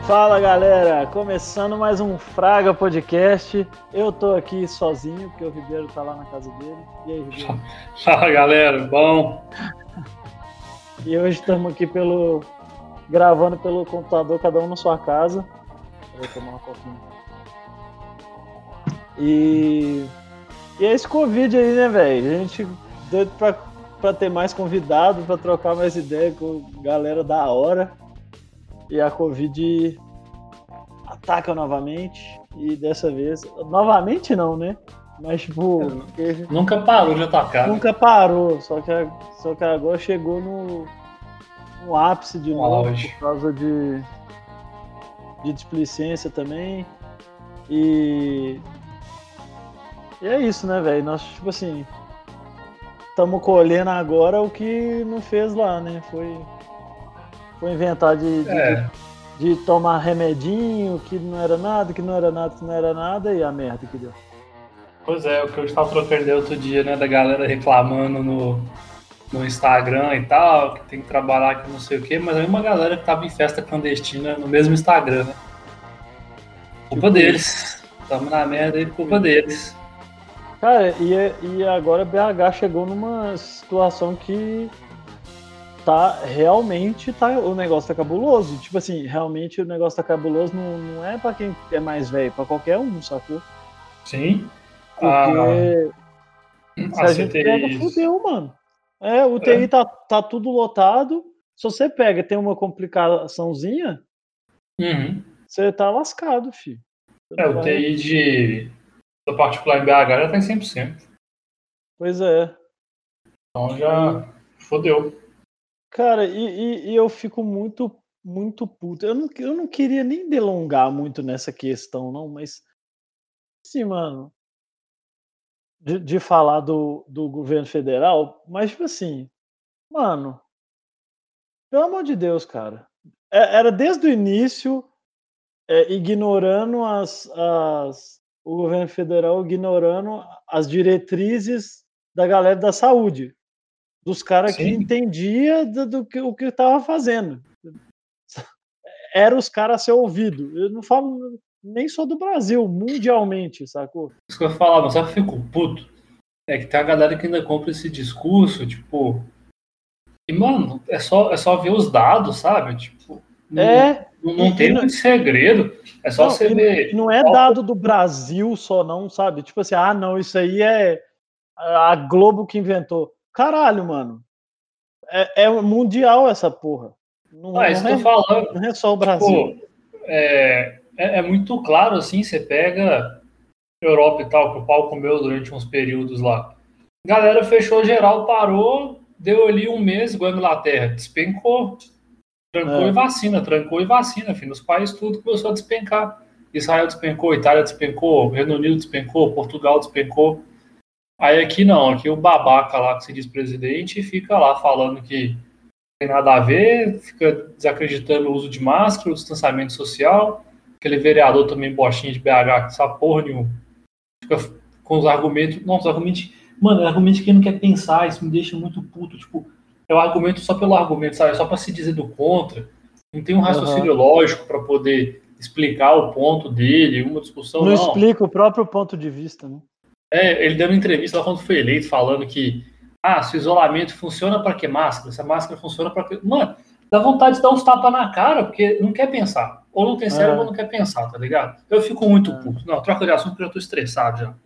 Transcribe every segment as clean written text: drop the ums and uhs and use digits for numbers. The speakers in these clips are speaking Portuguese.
Fala galera, começando mais um Fraga Podcast. Eu tô aqui sozinho, porque o Ribeiro tá lá na casa dele. E aí, Ribeiro? Fala galera, bom? E hoje estamos aqui gravando pelo computador, cada um na sua casa. Eu vou tomar uma coquinha. E é esse Covid aí, né, velho? A gente doido pra ter mais convidado, pra trocar mais ideia com galera da hora. E a Covid ataca novamente. E dessa vez... Novamente não, né? Mas, tipo... Nunca parou de atacar. Nunca parou. Só que agora chegou no ápice de novo. Auge. Por causa de displicência também. E é isso, né, velho? Nós, tipo assim... Estamos colhendo agora o que não fez lá, né? Foi inventar de tomar remedinho, que não era nada, que não era nada, que não era nada, e a merda que deu. Pois é, o que eu estava trocando outro dia, né, da galera reclamando no Instagram e tal, que tem que trabalhar que não sei o quê, mas aí uma galera que tava em festa clandestina no mesmo Instagram, né? Culpa deles. Tamo na merda aí, culpa deles. Cara, e agora BH chegou numa situação que o negócio tá cabuloso. Tipo assim, realmente o negócio tá cabuloso não é pra quem é mais velho, pra qualquer um, sacou? Sim. Porque se a gente pega, fudeu, mano. O TI tá tudo lotado. Se você pega, tem uma complicaçãozinha, você tá lascado, filho. O TI da particular em BH já tá em 100%. Pois é. Então já fodeu. Cara, e eu fico muito, muito puto. Eu não queria nem delongar muito nessa questão, não, mas sim, mano, de falar do governo federal, mas tipo assim, mano, pelo amor de Deus, cara. Era desde o início ignorando o governo federal ignorando as diretrizes da galera da saúde, dos caras que entendia do que o que estava fazendo. Era os caras a ser ouvido. Eu não falo nem só do Brasil, mundialmente, sacou? Isso que eu falava, mas sabe o que eu fico puto? É que tem a galera que ainda compra esse discurso, tipo. E, mano, é só ver os dados, sabe? Tipo, não tem muito segredo. É só você ver. E não é dado do Brasil só, não, sabe? Tipo assim, não, isso aí é a Globo que inventou. Caralho, mano. É mundial essa porra. Não Isso que eu tô falando. Não é só o Brasil. Tipo, é muito claro, assim, você pega Europa e tal, que o pau comeu durante uns períodos lá. Galera fechou geral, parou, deu ali um mês, igual a Inglaterra, despencou. Trancou e vacina, filho. Nos países tudo começou a despencar. Israel despencou, Itália despencou, Reino Unido despencou, Portugal despencou. Aí aqui não, aqui o babaca lá que se diz presidente fica lá falando que não tem nada a ver, fica desacreditando o uso de máscara, o distanciamento social. Aquele vereador também, bochinha de BH, que sabe porra nenhuma. Fica com os argumentos. Não, os argumentos. Mano, é argumento que não quer pensar, isso me deixa muito puto. Tipo, é o argumento só pelo argumento, sabe? Só para se dizer do contra. Não tem um raciocínio lógico para poder explicar o ponto dele, uma discussão, não. Não explica o próprio ponto de vista, né? Ele deu uma entrevista lá quando foi eleito, falando que se o isolamento funciona para que máscara? Se a máscara funciona para que... Mano, dá vontade de dar uns tapas na cara, porque não quer pensar. Ou não tem cérebro ou não quer pensar, tá ligado? Eu fico muito puto. Não, troca de assunto porque eu tô estressado já.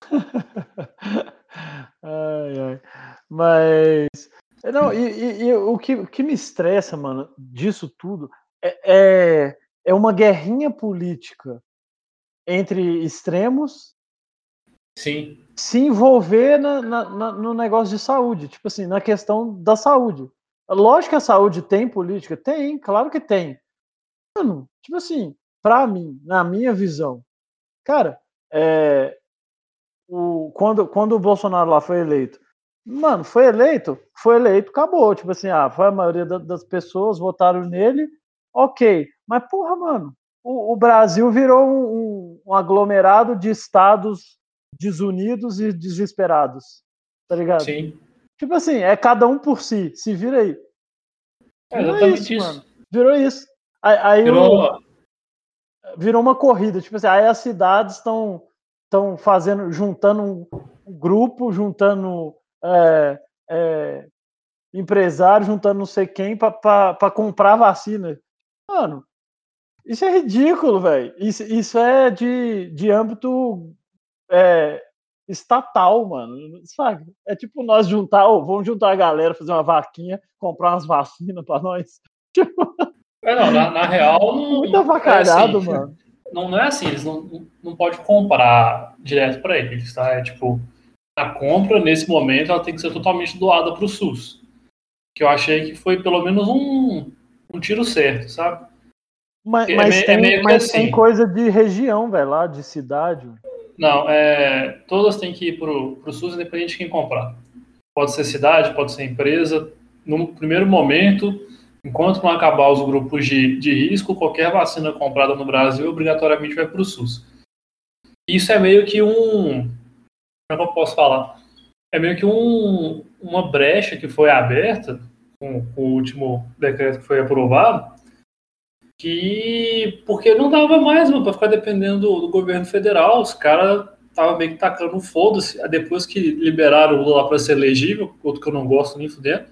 Ai. Mas... Não, e o que me estressa, mano, disso tudo é uma guerrinha política entre extremos. Sim. Se envolver no negócio de saúde, tipo assim, na questão da saúde. Lógico que a saúde tem política? Tem, claro que tem. Mano, tipo assim, pra mim, na minha visão, cara, quando o Bolsonaro lá foi eleito, mano, foi eleito, acabou. Tipo assim, foi a maioria das pessoas votaram nele, ok. Mas, porra, mano, o Brasil virou um aglomerado de estados desunidos e desesperados, tá ligado? Sim. Tipo assim, é cada um por si, se vira aí. Exatamente isso. Mano. Virou isso. virou uma corrida. Tipo assim, aí as cidades estão fazendo, juntando um grupo, juntando empresário, juntando não sei quem para comprar vacina. Mano, isso é ridículo, velho. Isso é de âmbito estatal, mano. Sabe? É tipo nós vamos juntar a galera, fazer uma vaquinha, comprar umas vacinas para nós. Tipo, Não, na real, muito não, avacalhado, assim, mano. não é assim, eles não podem comprar direto para eles, tá? É tipo, a compra, nesse momento, ela tem que ser totalmente doada para o SUS. Que eu achei que foi pelo menos um tiro certo, sabe? Mas meio que tem assim. coisa de região, velho, lá de cidade. Não, todas têm que ir pro SUS, independente de quem comprar. Pode ser cidade, pode ser empresa. No primeiro momento, enquanto não acabar os grupos de risco, qualquer vacina comprada no Brasil obrigatoriamente vai para o SUS. Isso é meio que como é que eu posso falar? É meio que uma brecha que foi aberta com o último decreto que foi aprovado, porque não dava mais para ficar dependendo do governo federal. Os caras estavam meio que tacando foda-se. Depois que liberaram o Lula para ser elegível, outro que eu não gosto nem fudendo,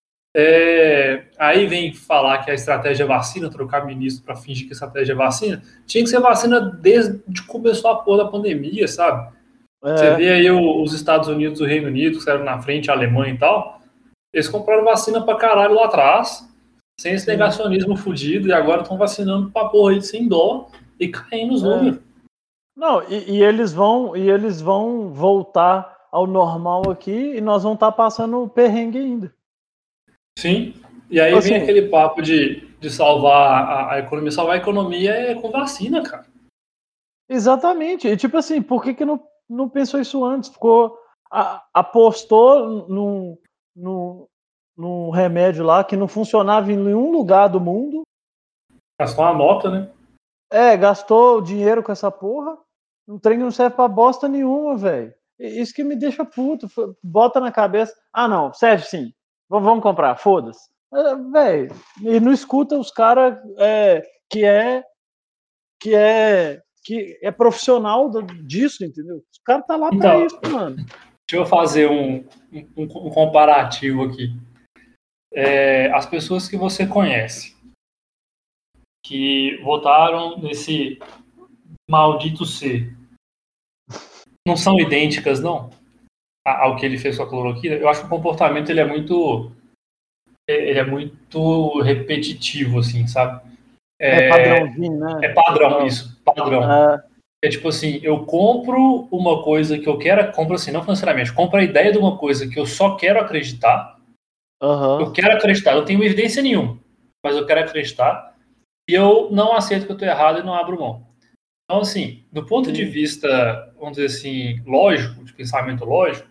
aí vem falar que a estratégia é vacina, trocar ministro para fingir que a estratégia é vacina. Tinha que ser vacina desde que começou a porra da pandemia, sabe? Você vê aí os Estados Unidos, o Reino Unido, que saíram na frente, a Alemanha e tal, eles compraram vacina pra caralho lá atrás, sem esse negacionismo fudido, e agora estão vacinando pra porra aí sem dó e caindo os números. Não, e eles vão voltar ao normal aqui e nós vamos estar passando perrengue ainda. Sim, e aí vem aquele papo de salvar a economia. Salvar a economia é com vacina, cara. Exatamente. E tipo assim, por que não pensou isso antes? Apostou num remédio lá que não funcionava em nenhum lugar do mundo. Gastou uma nota, né? Gastou dinheiro com essa porra. Um trem que não serve pra bosta nenhuma, velho. Isso que me deixa puto. Bota na cabeça. Ah, não, serve sim. Vamos comprar, foda-se. Velho, e não escuta os caras que é profissional disso, entendeu? Os caras tá lá pra isso, mano. Deixa eu fazer um comparativo aqui. As pessoas que você conhece que votaram nesse maldito ser não são idênticas, não? Ao que ele fez com a cloroquina. Eu acho que o comportamento ele é muito repetitivo, assim, sabe? Padrãozinho, né? É padrão, isso, padrão. É tipo assim, eu compro uma coisa que eu quero, compro assim, não financeiramente, compro a ideia de uma coisa que eu só quero acreditar. Eu quero acreditar, eu não tenho evidência nenhuma, mas eu quero acreditar. E eu não aceito que eu estou errado e não abro mão. Então, assim, do ponto de vista, vamos dizer assim, lógico, de pensamento lógico,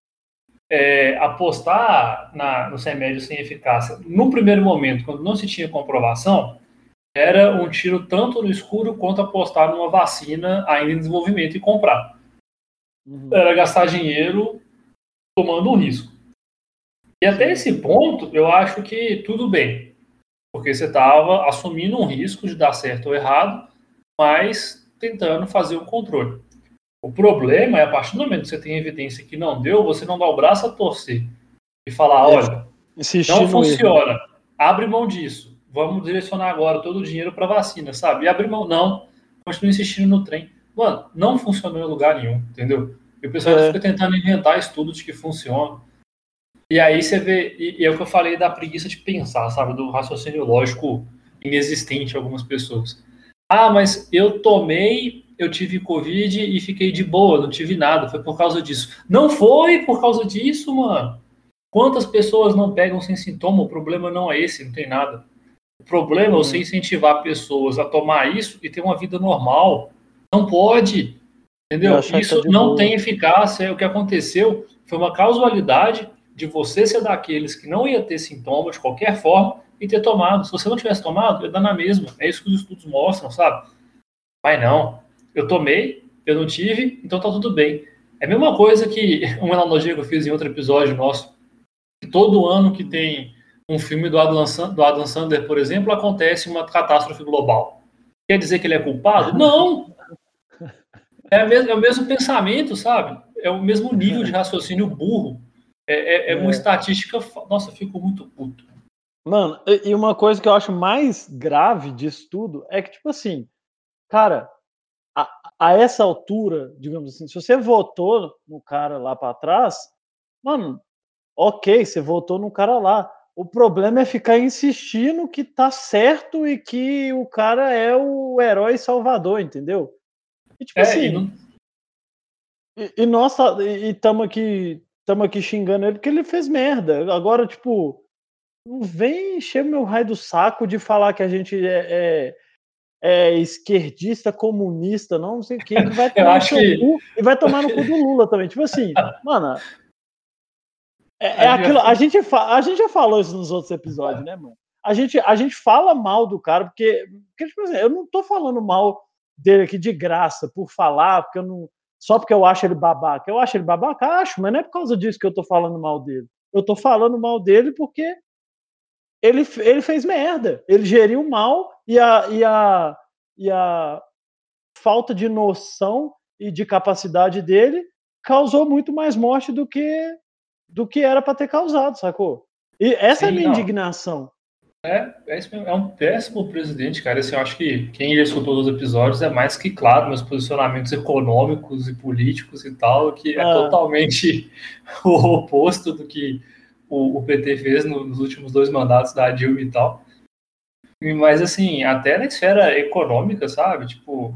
apostar nos remédios sem eficácia no primeiro momento, quando não se tinha comprovação, era um tiro tanto no escuro quanto apostar numa vacina ainda em desenvolvimento e comprar. Era gastar dinheiro tomando um risco. E até esse ponto, eu acho que tudo bem, porque você estava assumindo um risco de dar certo ou errado, mas tentando fazer um controle. O problema é, a partir do momento que você tem evidência que não deu, você não dá o braço a torcer e falar, olha, não funciona, abre mão disso, vamos direcionar agora todo o dinheiro para vacina, sabe? E abre mão, não, continua insistindo no trem. Mano, não funcionou em lugar nenhum, entendeu? E o pessoal fica tentando inventar estudos de que funciona. E aí você vê, e é o que eu falei da preguiça de pensar, sabe? Do raciocínio lógico inexistente em algumas pessoas. Ah, mas eu tomei, eu tive Covid e fiquei de boa, não tive nada, foi por causa disso. Não foi por causa disso, mano. Quantas pessoas não pegam sem sintoma? O problema não é esse, não tem nada. O problema é você incentivar pessoas a tomar isso e ter uma vida normal. Não pode, entendeu? Isso não tem eficácia. O que aconteceu foi uma causalidade de você ser daqueles que não ia ter sintomas de qualquer forma e ter tomado. Se você não tivesse tomado, ia dar na mesma. É isso que os estudos mostram, sabe? Mas não. Eu tomei, eu não tive, então tá tudo bem. É a mesma coisa que uma analogia que eu fiz em outro episódio nosso. Que todo ano que tem um filme do Adam Sandler, por exemplo, acontece uma catástrofe global. quer dizer que ele é culpado? Não! É o mesmo pensamento, sabe? É o mesmo nível de raciocínio burro. É uma estatística. Nossa, eu fico muito puto. Mano, e uma coisa que eu acho mais grave disso tudo é que, tipo assim, cara, a essa altura, digamos assim, se você votou no cara lá pra trás, mano, ok, você votou no cara lá. O problema é ficar insistindo que tá certo e que o cara é o herói salvador, entendeu? E tipo E assim, não. e nós estamos aqui xingando ele porque ele fez merda. Agora, tipo, não vem encher meu raio do saco de falar que a gente é esquerdista, comunista, não sei o que vai Eu tomar no acho seu que. cu e vai tomar no cu do Lula também. Tipo assim, mano, é A aquilo. gente A gente já falou isso nos outros episódios, né, mano? A gente fala mal do cara porque tipo assim, eu não tô falando mal dele aqui de graça por falar, porque eu não. Só porque eu acho ele babaca. Eu acho ele babaca? Acho, mas não é por causa disso que eu tô falando mal dele. Eu tô falando mal dele porque ele fez merda. Ele geriu mal e a falta de noção e de capacidade dele causou muito mais morte do que era para ter causado, sacou? E essa é a sim, minha não. indignação. É isso mesmo. É um péssimo presidente, cara. Assim, eu acho que quem já escutou os episódios é mais que claro meus posicionamentos econômicos e políticos e tal, que é Ah, totalmente o oposto do que o PT fez nos últimos 2 mandatos da Dilma e tal. Mas, assim, até na esfera econômica, sabe? Tipo,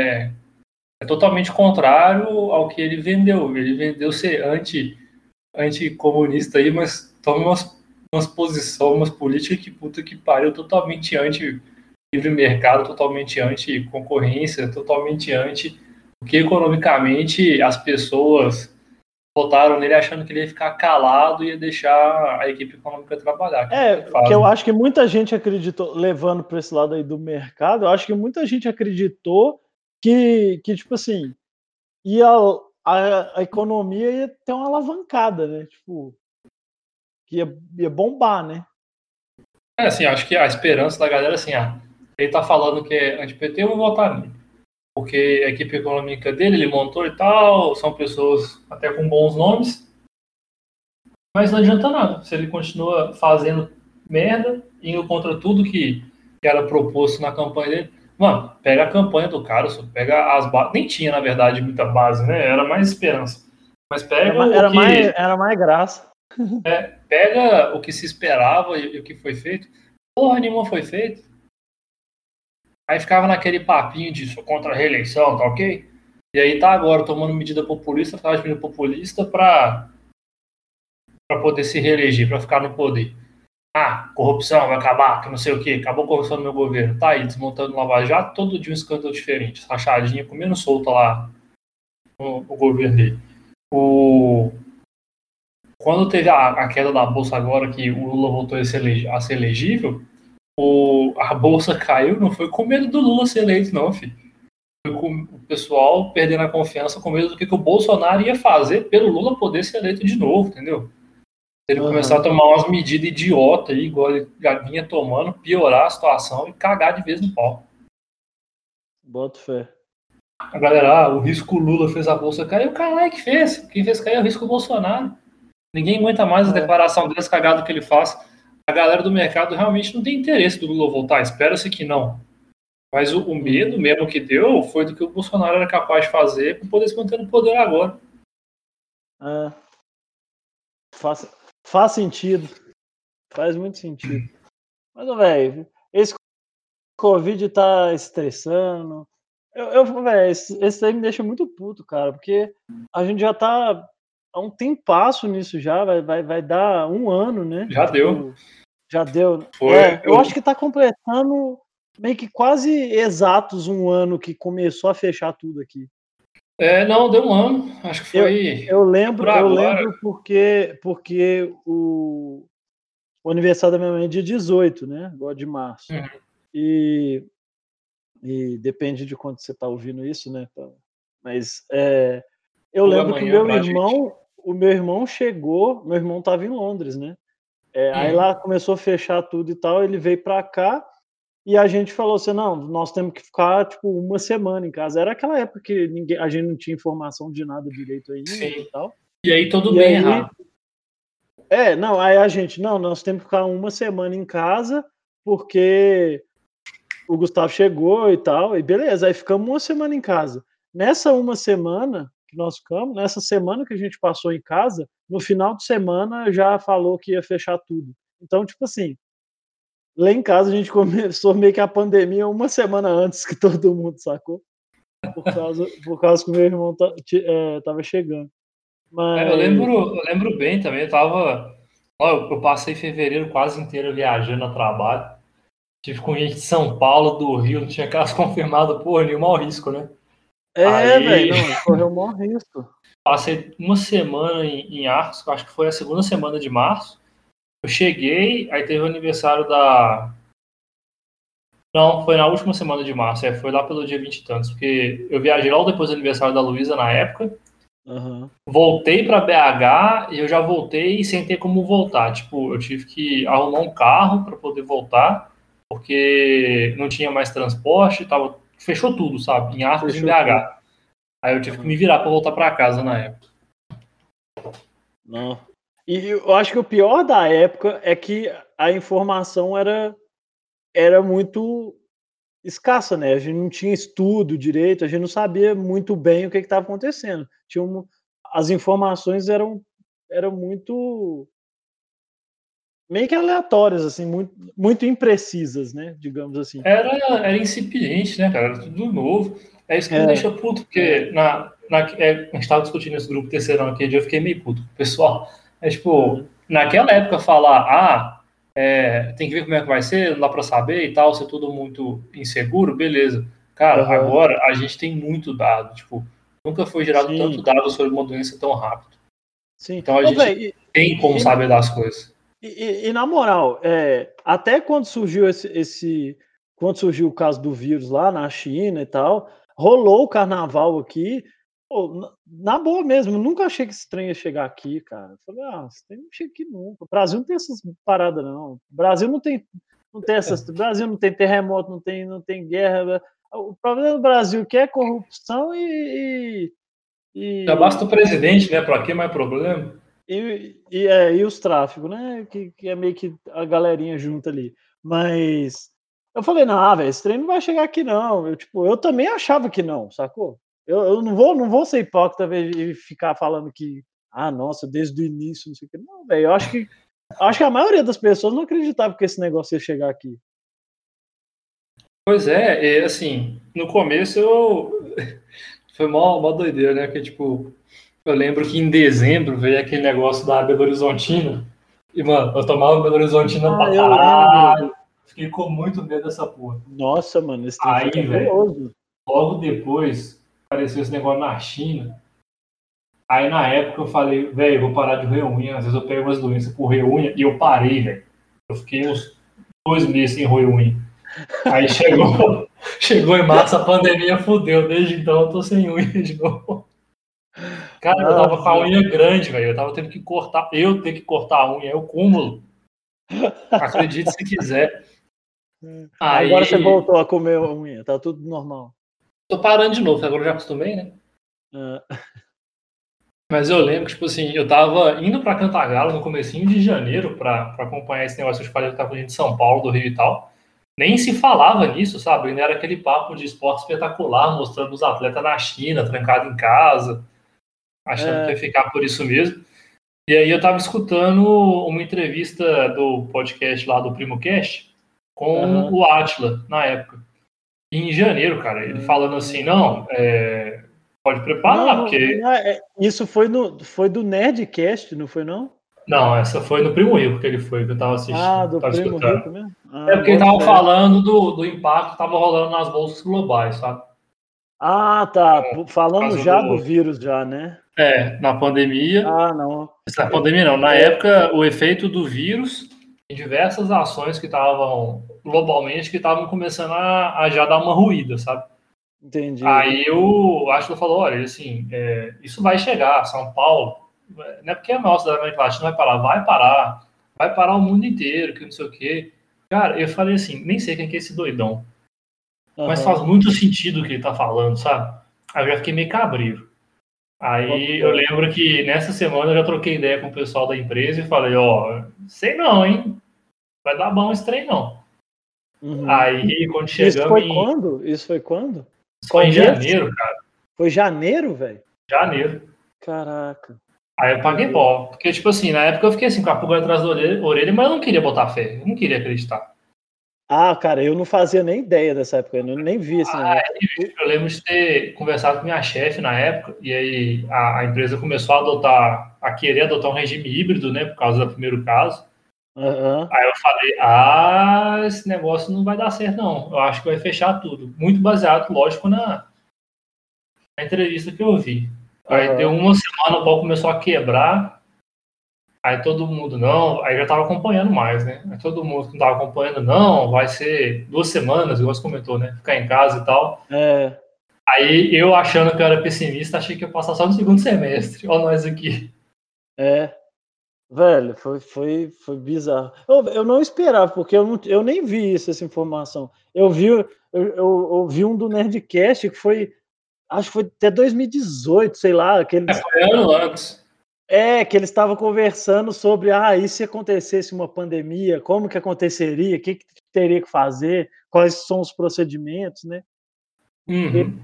é totalmente contrário ao que ele vendeu. Ele vendeu ser anticomunista aí, mas toma umas posições, umas políticas que puta que pariu, totalmente anti livre mercado, totalmente anti concorrência, totalmente anti o que economicamente as pessoas votaram nele achando que ele ia ficar calado e ia deixar a equipe econômica trabalhar, que é o que ele que faz, eu né? acho que muita gente acreditou, levando para esse lado aí do mercado, eu acho que muita gente acreditou que tipo assim, ia, a economia ia ter uma alavancada, né? Tipo, que ia bombar, né? Assim, acho que a esperança da galera, assim, ele tá falando que é anti-PT, eu vou votar nele. Porque a equipe econômica dele, ele montou e tal, são pessoas até com bons nomes, mas não adianta nada. Se ele continua fazendo merda, indo contra tudo que era proposto na campanha dele. Mano, pega a campanha do cara, só pega as bases. Nem tinha, na verdade, muita base, né? Era mais esperança. Mas pega Era mais graça. pega o que se esperava e o que foi feito. Porra nenhuma foi feito. Aí ficava naquele papinho de sou contra a reeleição, tá ok? E aí tá agora tomando medida populista, atrás de medida populista para poder se reeleger, para ficar no poder. Corrupção vai acabar, que não sei o quê, acabou a corrupção no meu governo. Tá aí, desmontando Lava Jato, todo dia um escândalo diferente. Rachadinha comendo solta lá no governo dele. Quando teve a queda da Bolsa agora, que o Lula voltou a ser elegível, a Bolsa caiu, não foi com medo do Lula ser eleito, não, filho. Foi com o pessoal perdendo a confiança com medo do que o Bolsonaro ia fazer pelo Lula poder ser eleito de novo, entendeu? Se ele começar a tomar umas medidas idiota aí, igual ele já vinha tomando, piorar a situação e cagar de vez no pau. Boto fé. A galera, o risco Lula fez a bolsa cair. O caralho que fez. Quem fez cair é o risco Bolsonaro. Ninguém aguenta mais a É. declaração desse cagado que ele faz. A galera do mercado realmente não tem interesse do Lula voltar. Espera-se que não. Mas o medo mesmo que deu foi do que o Bolsonaro era capaz de fazer para poder se manter no poder agora. É. Faz sentido. Faz muito sentido. Mas, velho, esse Covid tá estressando. Velho, esse aí me deixa muito puto, cara, porque a gente já tá há um tempasso nisso já, vai dar um ano, né? Já deu. Tipo, já deu. Foi. Eu acho que tá completando meio que quase exatos um ano que começou a fechar tudo aqui. Não, deu um ano. Acho que Eu, foi por eu agora. lembro porque o aniversário da minha mãe é dia 18, né? Agora de março. Uhum. E depende de quando você está ouvindo isso, né? Mas eu Ou lembro que amanhã pra gente. o meu irmão chegou, meu irmão estava em Londres, né? Aí lá começou a fechar tudo e tal, ele veio para cá e a gente falou assim: "Não, nós temos que ficar, tipo, uma semana em casa". Era aquela época que a gente não tinha informação de nada direito ainda e Sim. tal. E aí tudo E bem aí errado. não, aí a gente: "Não, nós temos que ficar uma semana em casa, porque o Gustavo chegou e tal", e beleza, aí ficamos uma semana em casa. Nessa uma semana que nós ficamos, nessa semana que a gente passou em casa, no final de semana já falou que ia fechar tudo. Então, tipo assim, lá em casa a gente começou meio que a pandemia uma semana antes que todo mundo, sacou? Por causa que o meu irmão estava chegando. Eu Mas lembro bem também, eu passei fevereiro quase inteiro viajando a trabalho. Tive com gente de São Paulo, do Rio, não tinha caso confirmado, porra, nenhum mau risco, né? velho, Aí não, ele correu o maior risco. passei uma semana em Arcos, acho que foi a segunda semana de março. Eu cheguei, aí teve o aniversário da. Não, foi na última semana de março, foi lá pelo dia 20 e tantos, porque eu viajei logo depois do aniversário da Luísa na época. Aham. Voltei para BH e eu já voltei sem ter como voltar. Tipo, eu tive que arrumar um carro para poder voltar, porque não tinha mais transporte, fechou tudo, sabe? Em Arcos e em Fechou tudo. BH. Aí eu tive que me Aham. virar para voltar para casa na época. Não. E eu acho que o pior da época é que a informação era muito escassa, né, a gente não tinha estudo direito, a gente não sabia muito bem o que estava acontecendo. As informações eram muito meio que aleatórias, assim, muito imprecisas, né, digamos assim. Era incipiente, né, cara? Era tudo novo. É isso que me É, deixa puto, porque a gente tava discutindo esse grupo terceirão aquele dia, eu fiquei meio puto. Pessoal, tipo, aham, naquela época falar, tem que ver como é que vai ser, não dá pra saber e tal, ser tudo muito inseguro, beleza. Cara, aham, agora a gente tem muito dado, tipo, nunca foi gerado tanto sim, dado sobre uma doença tão rápido. sim. Então a Ô gente velho, tem como e saber das coisas. E na moral, até quando surgiu quando surgiu o caso do vírus lá na China e tal, rolou o carnaval aqui, pô, na boa mesmo, eu nunca achei que esse trem ia chegar aqui, cara. Eu falei: "Ah, esse trem não chega aqui nunca, o Brasil não tem essas paradas não, o Brasil não tem essas o Brasil não tem terremoto, não tem guerra, o problema do Brasil que é corrupção Já basta o e presidente, né? Pra que mais problema? e os tráficos, né, que é meio que a galerinha junta ali. Mas eu falei: "Não, velho, esse trem não vai chegar aqui não", eu também achava que não, sacou. Eu não vou ser hipócrita e ficar falando que: "Ah, nossa, desde o início, não sei o quê". Não, velho, eu acho que a maioria das pessoas não acreditava que esse negócio ia chegar aqui. Pois é, e assim, no começo foi mó doideira, né? Porque, tipo, eu lembro que em dezembro veio aquele negócio da Belo Horizontina. E, mano, eu tomava Belo Horizontina Ah, pra eu lembro. caralho. Fiquei com muito medo dessa porra. Nossa, mano, esse trem foi Aí, velho, cabuloso. logo depois apareceu esse negócio na China. Aí, na época, eu falei, velho, vou parar de roer unha. Às vezes eu pego umas doenças por roer unha. E eu parei, velho. Eu fiquei uns 2 meses sem roer unha. Aí chegou em março, a pandemia fudeu. Desde então eu tô sem unha de novo. Cara, eu tava com a Nossa. unha grande, velho. Eu tava tendo que cortar. Eu ter que cortar a unha, é o cúmulo. Acredite se quiser. Agora você Aí, voltou a comer unha, tá tudo normal. tô parando de novo, agora eu já acostumei, né? Hã. Mas eu lembro que, tipo assim, eu tava indo pra Cantagalo no comecinho de janeiro pra acompanhar esse negócio. Eu te falei que tava com gente de São Paulo, do Rio e tal. Nem se falava nisso, sabe? Ainda era aquele papo de esporte espetacular, mostrando os atletas na China, trancado em casa, achando que ia É, ficar por isso mesmo. E aí eu tava escutando uma entrevista do podcast lá do PrimoCast com aham. o Átila, na época. E em janeiro, cara, ele falando assim, não, pode Não, preparar, porque... não isso foi do Nerdcast, não foi não? Não, essa foi no Primo Rico que ele foi, que eu tava Ah, assistindo, do tava Primo escutando. Rico mesmo? É Ah, porque ele boto tava fé. falando do impacto que tava rolando nas bolsas globais, sabe? Ah, tá, Por falando causa já do do... vírus já, né? Na pandemia. Ah, não. Na Eu pandemia não, na é, época o efeito do vírus em diversas ações que estavam globalmente que estavam começando a já dar uma ruída, sabe? entendi. Aí eu acho que eu falo, olha, assim, isso vai chegar, São Paulo, não é porque é nosso da América Latina vai parar o mundo inteiro, que não sei o quê. Cara, eu falei assim, nem sei quem é esse doidão. Mas faz Aham. muito sentido o que ele tá falando, sabe? Aí eu já fiquei meio cabreiro. Boto Aí eu fé. lembro que nessa semana eu já troquei ideia com o pessoal da empresa e falei, ó, sei não, hein? Vai dar bom esse trem, não. Uhum. Aí, quando Isso chegamos foi em... quando? Isso foi quando? Isso foi Qual em mês? janeiro, cara. Foi janeiro, velho? Janeiro. Caraca. Aí eu paguei Doideira. pau. Porque, tipo assim, na época eu fiquei assim, com a pulga atrás da orelha, mas eu não queria botar fé. Eu não queria acreditar. Ah, cara, eu não fazia nem ideia dessa época, eu nem vi esse negócio. Eu lembro de ter conversado com minha chefe na época, e aí a empresa começou a querer adotar um regime híbrido, né, por causa do primeiro caso. Aham. Aí eu falei, esse negócio não vai dar certo, não. Eu acho que vai fechar tudo. Muito baseado, lógico, na entrevista que eu vi. Aí deu Aham. uma semana, o pau começou a quebrar, aí todo mundo, não, aí já tava acompanhando mais, né? Aí todo mundo que não tava acompanhando, não, vai ser 2 semanas, igual você comentou, né? Ficar em casa e tal. É, Aí eu, achando que eu era pessimista, achei que ia passar só no segundo semestre. Olha nós aqui. é. Velho, foi bizarro. Eu não esperava, porque eu nem vi essa informação. Eu vi um do Nerdcast que foi, acho que foi até 2018, sei lá, Foi ano antes. que eles estavam conversando sobre, e se acontecesse uma pandemia, como que aconteceria, o que que teria que fazer, quais são os procedimentos, né? Uhum.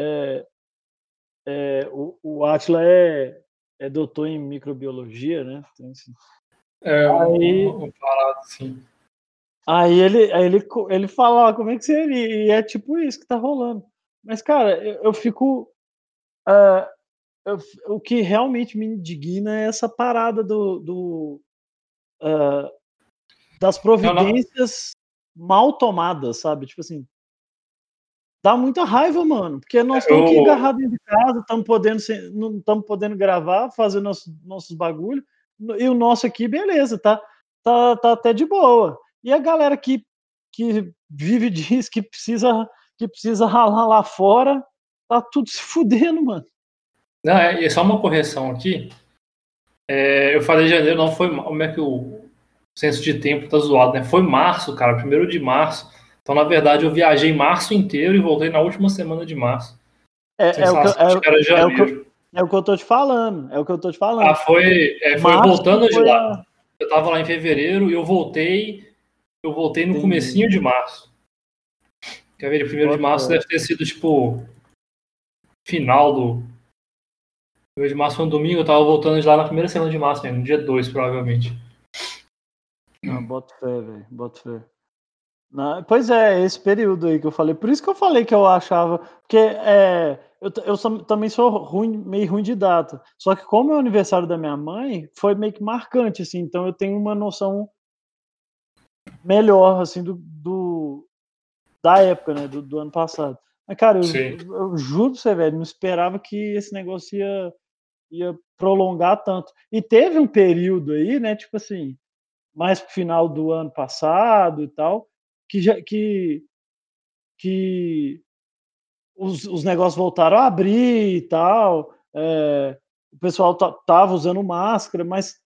O Átila é doutor em microbiologia, né? Então, assim, É aí uma parada assim. ele fala como é que seria, e é tipo isso que tá rolando. Mas, cara, eu fico. ah, o que realmente me indigna é essa parada ah, das Não, não, providências mal tomadas, sabe? Tipo assim, dá muita raiva, mano, porque nós estamos aqui eu, agarrados dentro de casa, não estamos podendo gravar, fazer nossos bagulho, e o nosso aqui, beleza, tá até de boa. E a galera que vive disso, que precisa ralar lá fora, tá tudo se fudendo, mano. não, é só uma correção aqui. Eu falei janeiro, não foi. Como é que o senso de tempo tá zoado, né? Foi março, cara, 1º de março. Então, na verdade, eu viajei março inteiro e voltei na última semana de março. É o que eu Sensação de que era é o que eu janeiro. é o que eu tô te falando, é o que eu tô te falando. Foi Março voltando de foi lá. a Eu tava lá em fevereiro e eu voltei no entendi, comecinho de março. Quer ver? O 1º de março bota deve ter sido, tipo, final do. 1º de março foi um domingo, eu tava voltando de lá na primeira semana de março mesmo, no dia 2, provavelmente. não, boto fé, velho, boto fé. Pois é, esse período aí que eu falei. Por isso que eu falei que eu achava. Porque também sou ruim, meio ruim de data. Só que, como é o aniversário da minha mãe, foi meio que marcante, assim. Então, eu tenho uma noção melhor, assim, da época, né? Do ano passado. Mas, cara, Sim. eu juro pra você, velho, não esperava que esse negócio ia prolongar tanto. E teve um período aí, né? Tipo assim, mais pro final do ano passado e tal, que já que os negócios voltaram a abrir e tal, o pessoal tava usando máscara, mas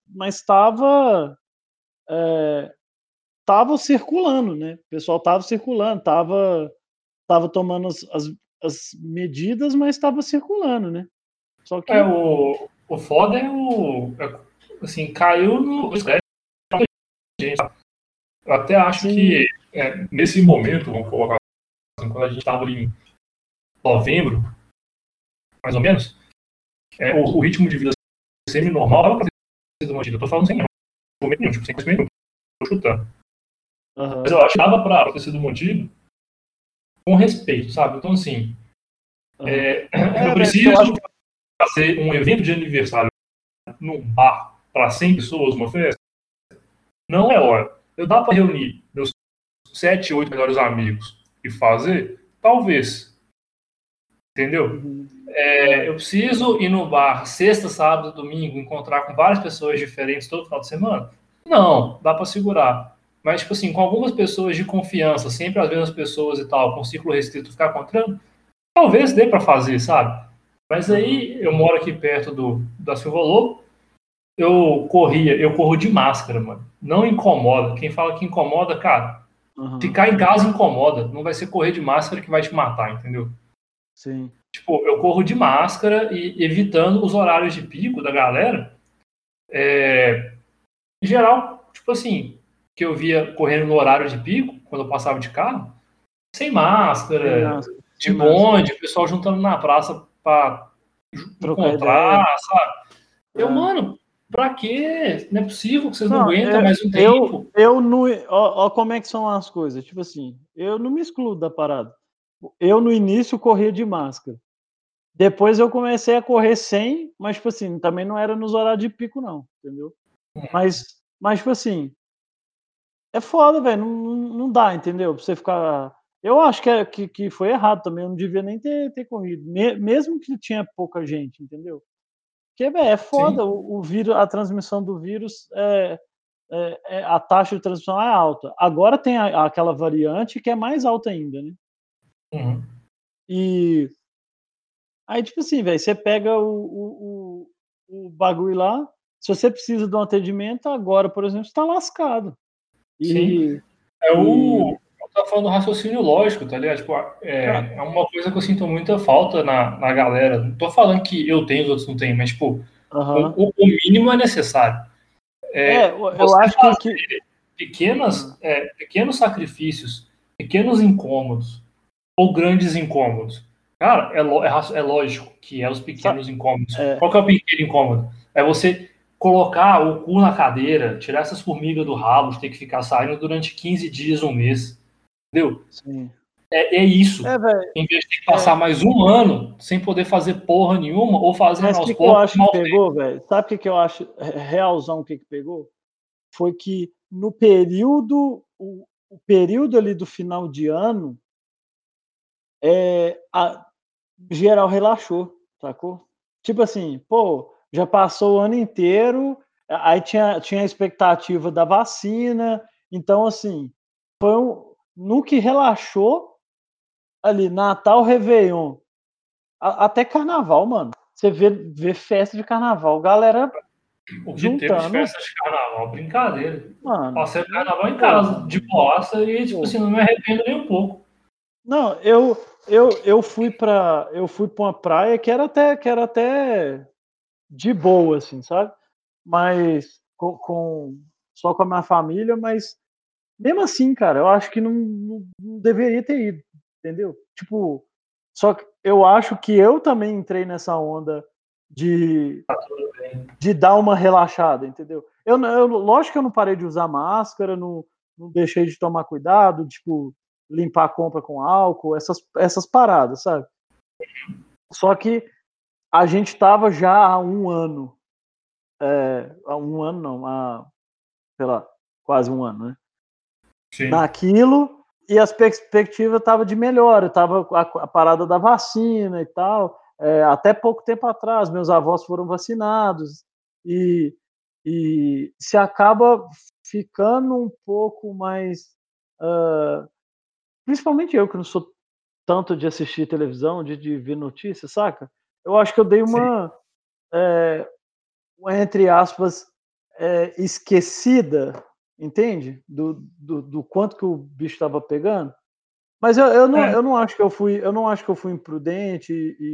tava circulando, né? O pessoal tava circulando, tava tomando as medidas, mas tava circulando, né? Só que O foda assim, caiu no estresse da gente. Eu até acho sim, que nesse momento, vamos colocar assim, quando a gente estava em novembro, mais ou menos, o ritmo de vida semi-normal estava para ter sido mantido. Eu tô falando sem momento nenhum, tipo, sem conhecimento nenhum, tô chutando. Mas aham. eu acho que dava para ter sido mantido com respeito, sabe? Então, assim, Aham. eu Velho, eu acho preciso que fazer um evento de aniversário num bar para 100 pessoas, uma festa. Não é hora. Eu dá para reunir meus 7, 8 melhores amigos e fazer? Talvez. Entendeu? uhum. Eu preciso ir no bar sexta, sábado, domingo, encontrar com várias pessoas diferentes todo final de semana? Não, dá para segurar. Mas, tipo assim, com algumas pessoas de confiança, sempre as mesmas pessoas e tal, com ciclo restrito ficar encontrando, talvez dê para fazer, sabe? Mas Aham. aí eu moro aqui perto da Silva Lobo, eu corro de máscara, mano. Não incomoda. Quem fala que incomoda, cara, Ficar em casa incomoda. Não vai ser correr de máscara que vai te matar, entendeu? Sim. Tipo, eu corro de máscara e evitando os horários de pico da galera. Em geral, tipo assim, que eu via correndo no horário de pico, quando eu passava de carro, sem máscara, de bonde, o pessoal juntando na praça pra trocar ideia. encontrar, sabe? Mano, pra quê? Não é possível que vocês não aguentam eu, mais um tempo. Eu não. Ó, como é que são as coisas. Tipo assim, eu não me excluo da parada. Eu, no início, corria de máscara. Depois eu comecei a correr sem, mas, tipo assim, também não era nos horários de pico, não, entendeu? Mas tipo assim, é foda, velho, não dá, entendeu? Pra você ficar. Eu acho que foi errado também, eu não devia nem ter corrido, mesmo que tinha pouca gente, entendeu? Porque, velho, é foda, Sim. o vírus, a transmissão do vírus, a taxa de transmissão é alta. Agora tem aquela variante que é mais alta ainda, né? Uhum. E aí, tipo assim, velho, você pega o bagulho lá, se você precisa de um atendimento, agora, por exemplo, você tá lascado. Sim. E, Eu tava falando do raciocínio lógico, tá ligado? Tipo, é uma coisa que eu sinto muita falta na galera. Não tô falando que eu tenho, os outros não têm, mas, tipo, o mínimo é necessário. eu Você acho que pequenos sacrifícios, pequenos incômodos ou grandes incômodos. Cara, é lógico que é os pequenos incômodos. Qual que é o pequeno incômodo? É você colocar o cu na cadeira, tirar essas formigas do rabo, de ter que ficar saindo durante 15 dias, um mês. Entendeu? sim. É isso. Velho, Em vez de ter que passar mais um ano sem poder fazer porra nenhuma ou fazendo mas o aos que eu poucos acho que mal feito. pegou, velho? Sabe o que eu acho realzão que pegou? Foi que no período, o período ali do final de ano, a geral relaxou, sacou? Tipo assim, pô, já passou o ano inteiro, aí tinha a expectativa da vacina, então assim, no que relaxou ali, Natal, Réveillon, até carnaval, mano. Você vê festa de carnaval, galera O que teve de juntando, festa de carnaval, brincadeira. mano. Passei o carnaval em casa, Porra, de boassa, e, tipo pô. assim, não me arrependo nem um pouco. Não, eu fui para uma praia que era até de boa, assim, sabe? Mas só com a minha família, mas mesmo assim, cara, eu acho que não deveria ter ido, entendeu? Tipo, só que eu acho que eu também entrei nessa onda de, Tá tudo bem. de dar uma relaxada, entendeu? Lógico que eu não parei de usar máscara, não deixei de tomar cuidado, tipo, limpar a compra com álcool, essas paradas, sabe? Só que a gente estava já há um ano, há um ano não, sei lá, quase um ano, né? Sim. Naquilo, e as perspectivas estavam de melhora, estava a parada da vacina e tal. Até pouco tempo atrás, meus avós foram vacinados, e, e se acaba ficando um pouco mais. Principalmente eu, que não sou tanto de assistir televisão, de ver notícias, saca? Eu acho que eu dei Sim. entre aspas, esquecida, entende? Do quanto que o bicho estava pegando. Mas eu não acho que eu fui imprudente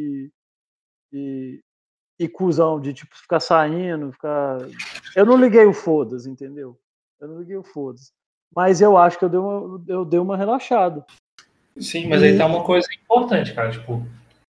e cuzão de tipo ficar saindo, eu não liguei o foda-se, entendeu? Eu não liguei o foda-se. Mas eu acho que eu dei uma relaxada. Sim, mas aí tá uma coisa importante, cara. Tipo,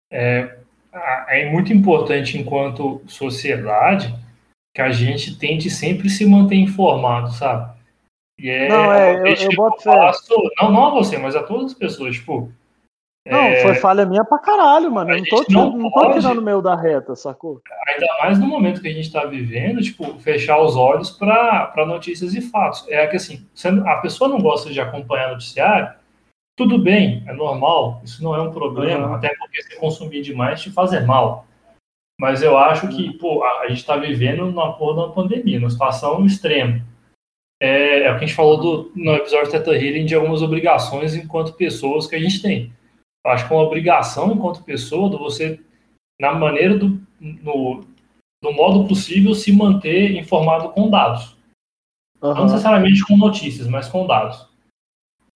é muito importante enquanto sociedade que a gente tente sempre se manter informado, sabe? E Não, é uma crítica eu que eu boto fé. faço, não a você, mas a todas as pessoas. Tipo, Não, foi falha minha pra caralho, mano. a Eu gente não não tô tirando pode, o meu da reta, sacou? ainda mais no momento que a gente está vivendo, tipo, fechar os olhos para notícias e fatos. É que assim, a pessoa não gosta de acompanhar noticiário, tudo bem, é normal, isso não é um problema, até porque se consumir demais te faz mal. Mas eu acho que, pô, a gente está vivendo numa porra de uma pandemia, numa situação extrema. É o que a gente falou no episódio Teta Healing de algumas obrigações enquanto pessoas que a gente tem. Eu acho que é uma obrigação enquanto pessoa de você, na maneira do modo possível, se manter informado com dados. Não necessariamente com notícias, mas com dados.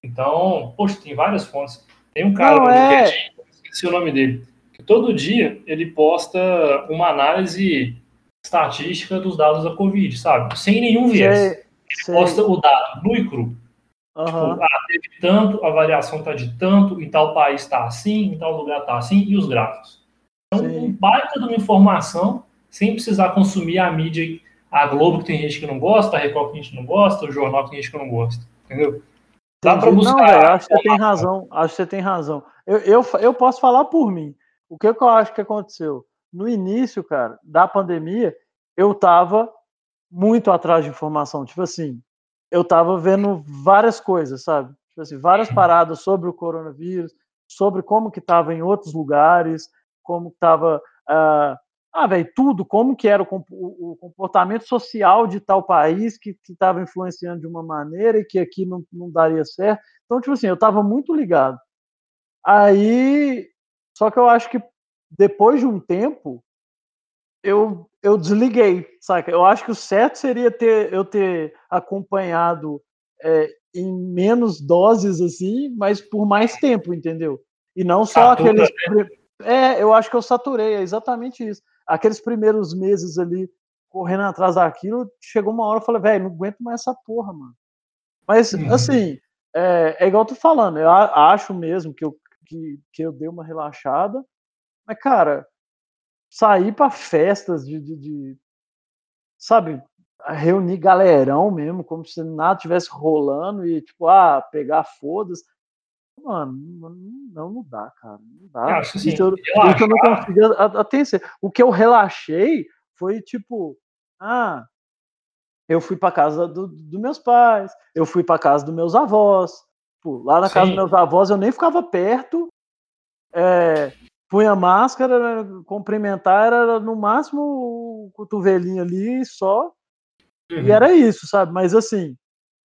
Então, poxa, tem várias fontes. Tem um cara no LinkedIn, esqueci o nome dele, que todo dia ele posta uma análise estatística dos dados da Covid, sabe? Sem nenhum viés. Ele posta o dado nu e cru. Tipo, teve tanto, a variação está de tanto, em tal país está assim, em tal lugar está assim, e os gráficos. Então, um baita de uma informação, sem precisar consumir a mídia, a Globo, que tem gente que não gosta, a Record que a gente não gosta, o jornal que tem gente que não gosta, entendeu? Dá para buscar... Não, velho, acho que você tem razão, Eu posso falar por mim. O que eu acho que aconteceu? No início, cara, da pandemia, eu tava muito atrás de informação. Tipo assim, eu tava vendo várias coisas, sabe? Tipo assim, várias paradas sobre o coronavírus, sobre como que tava em outros lugares, como que tava... velho, tudo, como que era o comportamento social de tal país que estava influenciando de uma maneira e que aqui não daria certo. Então, tipo assim, eu estava muito ligado. Aí, só que eu acho que depois de um tempo, eu desliguei, saca? Eu acho que o certo seria eu ter acompanhado em menos doses, assim, mas por mais tempo, entendeu? E não só aqueles... eu acho que eu saturei, é exatamente isso. Aqueles primeiros meses ali, correndo atrás daquilo, chegou uma hora eu falei, velho, não aguento mais essa porra, mano. Mas, assim, é igual eu tô falando, eu acho mesmo que eu dei uma relaxada, mas, cara, sair pra festas sabe, reunir galerão mesmo, como se nada tivesse rolando e, tipo, pegar foda-se. Mano, não dá, cara. Não dá. Acho assim, isso eu não consigo atencer. O que eu relaxei foi, tipo, eu fui pra casa dos meus pais, eu fui pra casa dos meus avós. Tipo, lá na casa dos meus avós eu nem ficava perto, punha máscara, cumprimentar era no máximo o cotovelinho ali só, e era isso, sabe? Mas assim,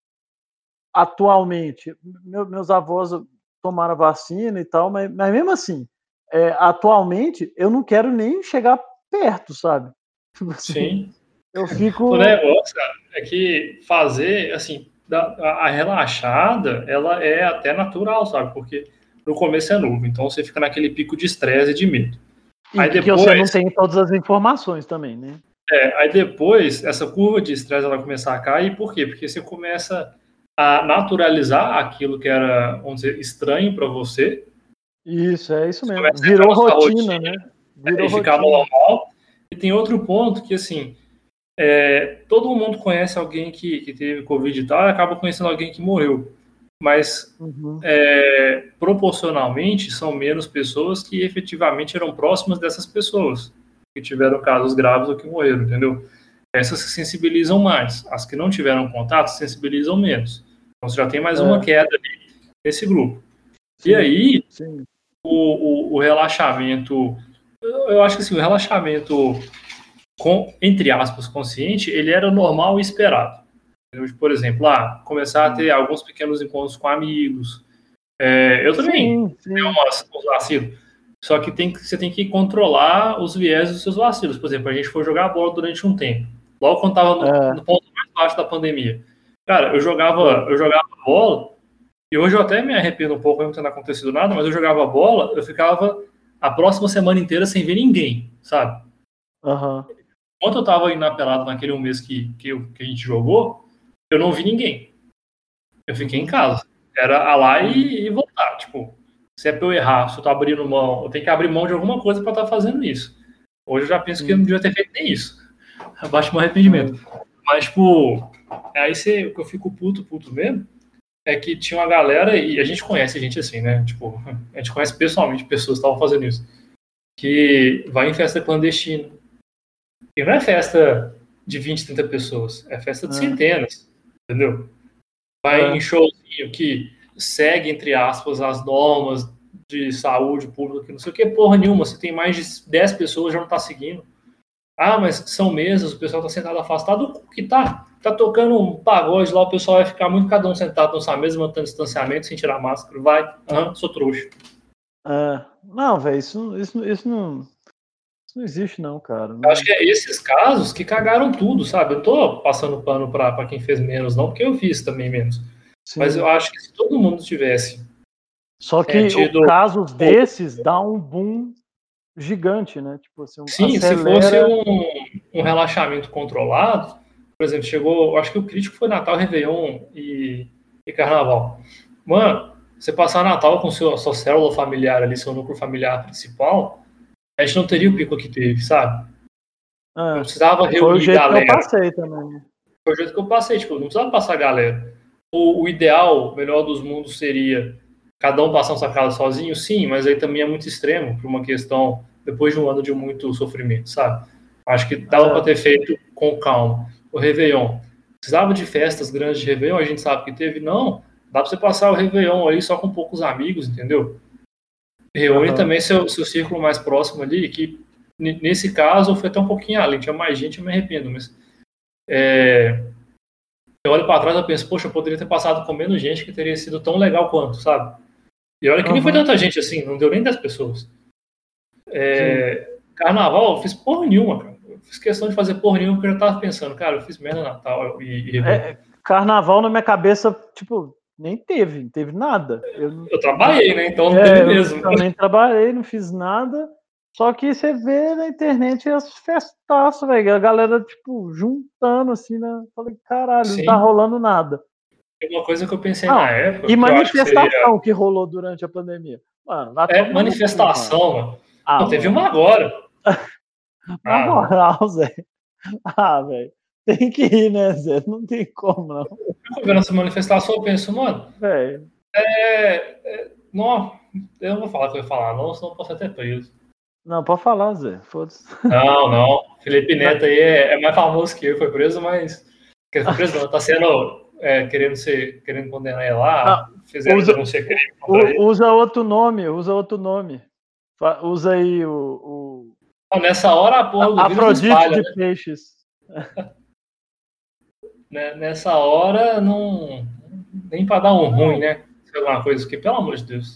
atualmente, meus avós tomaram a vacina e tal, mas mesmo assim, atualmente eu não quero nem chegar perto, sabe? Tipo assim, Sim. eu fico... O negócio, cara, é que fazer, assim, a relaxada, ela é até natural, sabe? Porque no começo é novo, então você fica naquele pico de estresse e de medo. E que você não tem todas as informações também, né? Aí depois, essa curva de estresse ela vai começar a cair, por quê? Porque você começa a naturalizar aquilo que era, vamos dizer, estranho para você. Isso, é isso mesmo. Virou rotina, né? Virou ficar normal. E tem outro ponto que, assim, todo mundo conhece alguém que teve Covid e tal, e acaba conhecendo alguém que morreu. Mas, proporcionalmente, são menos pessoas que efetivamente eram próximas dessas pessoas que tiveram casos graves ou que morreram, entendeu? Essas se sensibilizam mais. As que não tiveram contato se sensibilizam menos. Então, você já tem mais uma queda ali nesse grupo. Sim, e aí, o relaxamento... Eu acho que assim, o relaxamento... entre aspas, consciente, ele era normal e esperado. Por exemplo, começar a ter alguns pequenos encontros com amigos. Eu também tenho uns vacilos. Só que você tem que controlar os viés dos seus vacilos. Por exemplo, a gente foi jogar bola durante um tempo. Logo quando estava no ponto mais baixo da pandemia. Cara, eu jogava bola, e hoje eu até me arrependo um pouco, não tendo acontecido nada, mas eu jogava bola, eu ficava a próxima semana inteira sem ver ninguém, sabe? Enquanto eu tava indo na pelada naquele um mês que a gente jogou, eu não vi ninguém. Eu fiquei em casa. Era lá e voltar. Tipo, se é pra eu errar, se eu tô abrindo mão, eu tenho que abrir mão de alguma coisa pra estar fazendo isso. Hoje eu já penso que eu não devia ter feito nem isso. Abaixo do meu arrependimento. Mas, tipo, aí o que eu fico puto mesmo, é que tinha uma galera, e a gente conhece gente assim, né? Tipo, a gente conhece pessoalmente pessoas que estavam fazendo isso, que vai em festa clandestina. E não é festa de 20, 30 pessoas, é festa de centenas, entendeu? Vai em showzinho que segue, entre aspas, as normas de saúde pública, que não sei o que, porra nenhuma. Se tem mais de 10 pessoas, já não tá seguindo. Mas são mesas, o pessoal tá sentado afastado. O que tá? Tá tocando um pagode lá, o pessoal vai ficar muito cada um sentado nessa mesa, mantendo distanciamento, sem tirar máscara. Vai, sou trouxa. Não, velho, isso não existe não, cara. Eu acho que é esses casos que cagaram tudo, sabe? Eu tô passando pano pra quem fez menos, não, porque eu fiz também menos. Mas eu acho que se todo mundo tivesse só que casos desses dá um boom gigante, né? Tipo assim, sim, acelera... se fosse um relaxamento controlado, por exemplo, chegou, acho que o crítico foi Natal, Réveillon e Carnaval. Mano, você passar Natal com sua célula familiar ali, seu núcleo familiar principal, a gente não teria o pico que teve, sabe? Não precisava reunir galera. Foi o jeito que eu passei também. Foi o jeito que eu passei, tipo, não precisava passar galera. O ideal, o melhor dos mundos seria cada um passar um sacado sozinho, sim, mas aí também é muito extremo por uma questão, depois de um ano de muito sofrimento, sabe? Acho que dava para ter feito com calma. O Réveillon, precisava de festas grandes de Réveillon, a gente sabe que teve, não, dá para você passar o Réveillon aí só com poucos amigos, entendeu? Reúne também seu círculo mais próximo ali, que nesse caso foi até um pouquinho além, tinha mais gente, eu me arrependo, mas eu olho para trás e penso, poxa, eu poderia ter passado com menos gente que teria sido tão legal quanto, sabe? E olha que nem foi tanta gente assim, não deu nem 10 pessoas. Carnaval, eu fiz porra nenhuma, cara. Eu fiz questão de fazer porra nenhuma porque eu já tava pensando, cara, eu fiz merda Natal e Carnaval na minha cabeça, tipo, nem teve nada. Eu trabalhei, né? Então não teve mesmo. Eu também trabalhei, não fiz nada. Só que você vê na internet as festaças, velho. A galera, tipo, juntando assim, né? Falei, caralho, sim, não tá rolando nada. Uma coisa que eu pensei na época. E manifestação que rolou durante a pandemia. Mano, manifestação, mano. Não, teve uma agora. Na moral, Zé. Velho. Tem que ir, né, Zé? Não tem como, não. Eu fico vendo essa manifestação, eu penso, mano. Não, eu não vou falar o que eu ia falar, não, senão eu posso até preso. Não, pode falar, Zé. Foda-se. Não. Felipe Neto aí é mais famoso que eu, foi preso, mas. Foi preso não, tá sendo. Querendo condenar ele lá. Fizeram denúncia crime contra ele. Usa outro nome. Usa aí o... Nessa hora a porra do Afrodite vírus espalha, de peixes. Nessa hora, não. Nem pra dar um ruim, né? Se alguma coisa que, pelo amor de Deus.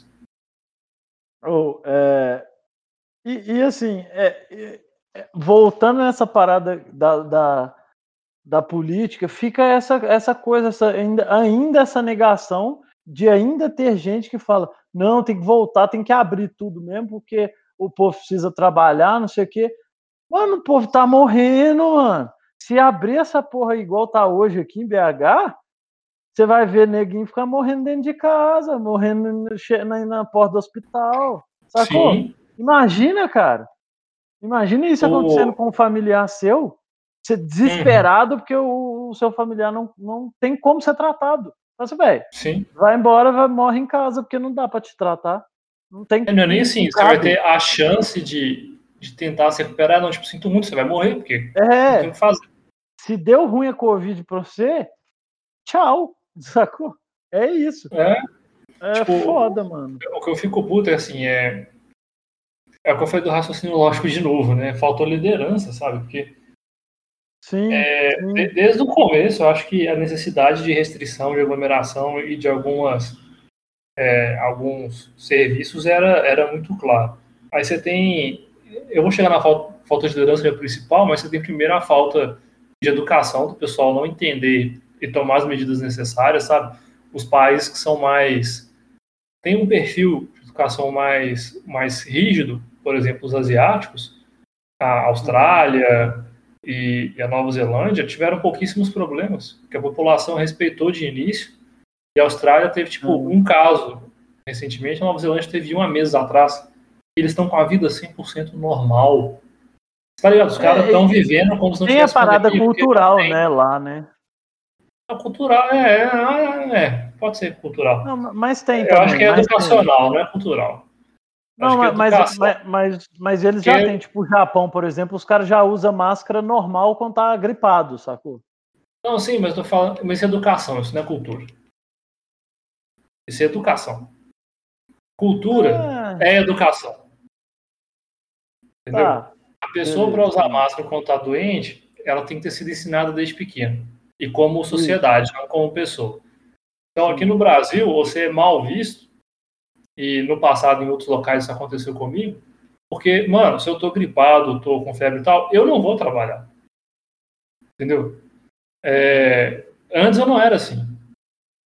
E assim, voltando nessa parada da política, fica essa coisa, ainda essa negação de ainda ter gente que fala, não, tem que voltar, tem que abrir tudo mesmo, porque o povo precisa trabalhar, não sei o quê. Mano, o povo tá morrendo, mano. Se abrir essa porra igual tá hoje aqui em BH, você vai ver neguinho ficar morrendo dentro de casa, morrendo na porta do hospital, sacou? Sim. Imagina, cara. Imagina isso acontecendo com um familiar seu, você desesperado porque o seu familiar não tem como ser tratado. Mas, velho, vai embora, morre em casa, porque não dá pra te tratar. Não tem. Não é nem assim, você vai ter a chance de tentar se recuperar, não, tipo, sinto muito, você vai morrer, porque não tem o que fazer. Se deu ruim a Covid pra você, tchau, sacou? É isso. Tipo, foda, mano. O que eu fico puto é assim, é o que eu falei do raciocínio lógico de novo, né? Faltou liderança, sabe? Porque sim. Desde o começo, eu acho que a necessidade de restrição, de aglomeração e de alguns serviços era muito claro. Aí você tem... Eu vou chegar na falta de liderança, que é a principal, mas você tem primeiro a falta de educação, do pessoal não entender e tomar as medidas necessárias, sabe? Os países que são mais... Tem um perfil de educação mais rígido, por exemplo, os asiáticos, a Austrália e a Nova Zelândia tiveram pouquíssimos problemas, porque a população respeitou de início, e a Austrália teve, tipo, um caso recentemente, a Nova Zelândia teve 1 há meses atrás, e eles estão com a vida 100% normal. Tá ligado? Os caras estão vivendo como se não tivesse pandemia. Tem a parada cultural, né, lá, né? Cultural, pode ser cultural. Não, mas tem eu também. Acho que é educacional, não é cultural. Não, mas eles já têm, tipo, o Japão, por exemplo, os caras já usam máscara normal quando tá gripado, sacou? Não, sim, mas eu tô falando, mas isso é educação, isso não é cultura. Isso é educação. Cultura é educação. Entendeu? A pessoa, para usar máscara quando tá doente, ela tem que ter sido ensinada desde pequeno. E como sociedade, não como pessoa. Então, aqui no Brasil, você é mal visto, e no passado, em outros locais, isso aconteceu comigo, porque, mano, se eu tô gripado, tô com febre e tal, eu não vou trabalhar. Entendeu? Antes eu não era assim.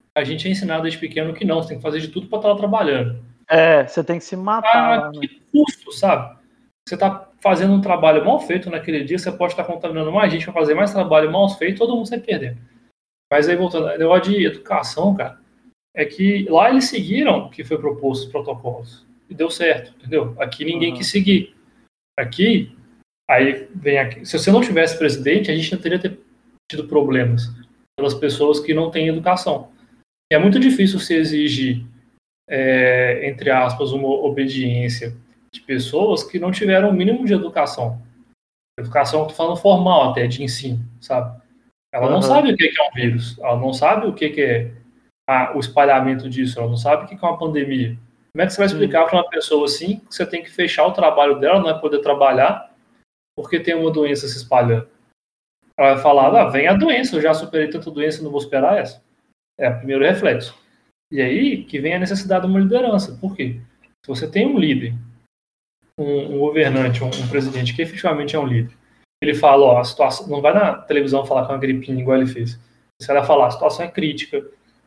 a gente é ensinado desde pequeno que não, você tem que fazer de tudo para estar lá trabalhando. Você tem que se matar lá, né? Que custo, sabe? Você está fazendo um trabalho mal feito naquele dia, você pode estar contaminando mais gente para fazer mais trabalho mal feito, todo mundo sai perdendo. Mas aí, voltando, o negócio de educação, cara, é que lá eles seguiram o que foi proposto, os protocolos. E deu certo, entendeu? Aqui ninguém quis seguir. Aqui, aí vem aqui. Se você não tivesse presidente, a gente não teria tido problemas pelas pessoas que não têm educação. É muito difícil se exigir, entre aspas, uma obediência de pessoas que não tiveram o mínimo de educação. Educação, estou falando formal até, de ensino, sabe? Ela não sabe o que é um vírus, ela não sabe o que é o espalhamento disso, ela não sabe o que é uma pandemia. Como é que você vai explicar para uma pessoa assim que você tem que fechar o trabalho dela, não vai poder trabalhar porque tem uma doença se espalhando? Ela vai falar, vem a doença, eu já superei tanta doença, não vou esperar essa. É o primeiro reflexo. E aí que vem a necessidade de uma liderança. Por quê? Se você tem um líder, um governante, um presidente que efetivamente é um líder, ele fala, a situação, não vai na televisão falar com uma gripinha igual ele fez. Você vai falar, a situação é crítica,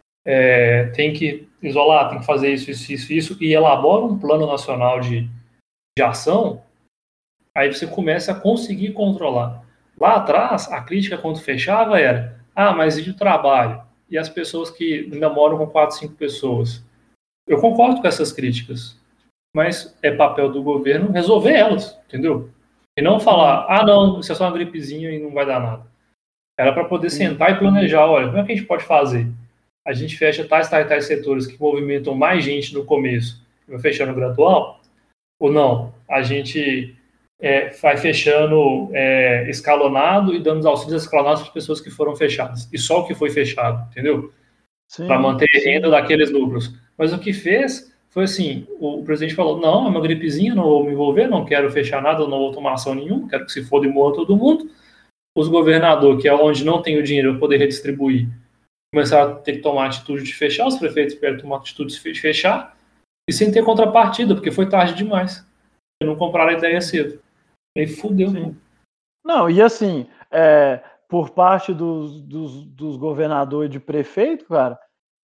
tem que isolar, tem que fazer isso, e elabora um plano nacional de ação, aí você começa a conseguir controlar. Lá atrás, a crítica quando fechava era, mas e o trabalho? E as pessoas que ainda moram com 4, 5 pessoas? Eu concordo com essas críticas, mas é papel do governo resolver elas, entendeu? E não falar, não, isso é só uma gripezinha e não vai dar nada. Era para poder sentar e planejar, olha, como é que a gente pode fazer? A gente fecha tais setores que movimentam mais gente no começo, vai fechando gradual, ou não? A gente vai fechando escalonado e dando os auxílios escalonados para as pessoas que foram fechadas. E só o que foi fechado, entendeu? Para manter renda daqueles lucros. Mas o que fez foi assim, o presidente falou, não, é uma gripezinha, não vou me envolver, não quero fechar nada, não vou tomar ação nenhuma, quero que se foda e morra todo mundo. Os governadores, que é onde não tem o dinheiro para poder redistribuir, começaram a ter que tomar atitude de fechar, os prefeitos tiveram que tomar atitude de fechar, e sem ter contrapartida, porque foi tarde demais. Não compraram a ideia cedo. Aí fudeu. Não, e assim, por parte dos governadores e de prefeito, cara,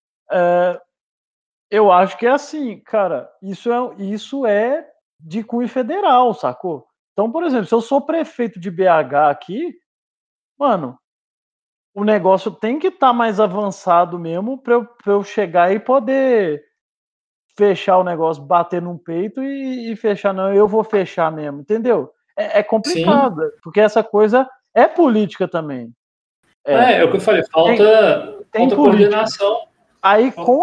eu acho que é assim, cara, isso é de cunho federal, sacou? Então, por exemplo, se eu sou prefeito de BH aqui, mano, o negócio tem que estar mais avançado mesmo para eu chegar e poder fechar o negócio, bater num peito e fechar, não, eu vou fechar mesmo, entendeu? É complicado, porque essa coisa é política também. É o que eu falei, falta coordenação. Aí com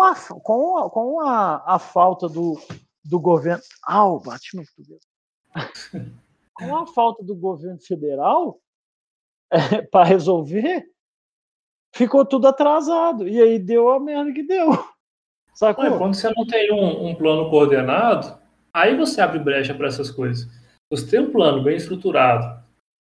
a falta do governo. Bati no dedo. Com a falta do governo federal para resolver, ficou tudo atrasado. E aí deu a merda que deu. Sacou? Quando você não tem um plano coordenado, aí você abre brecha para essas coisas. Você tem um plano bem estruturado,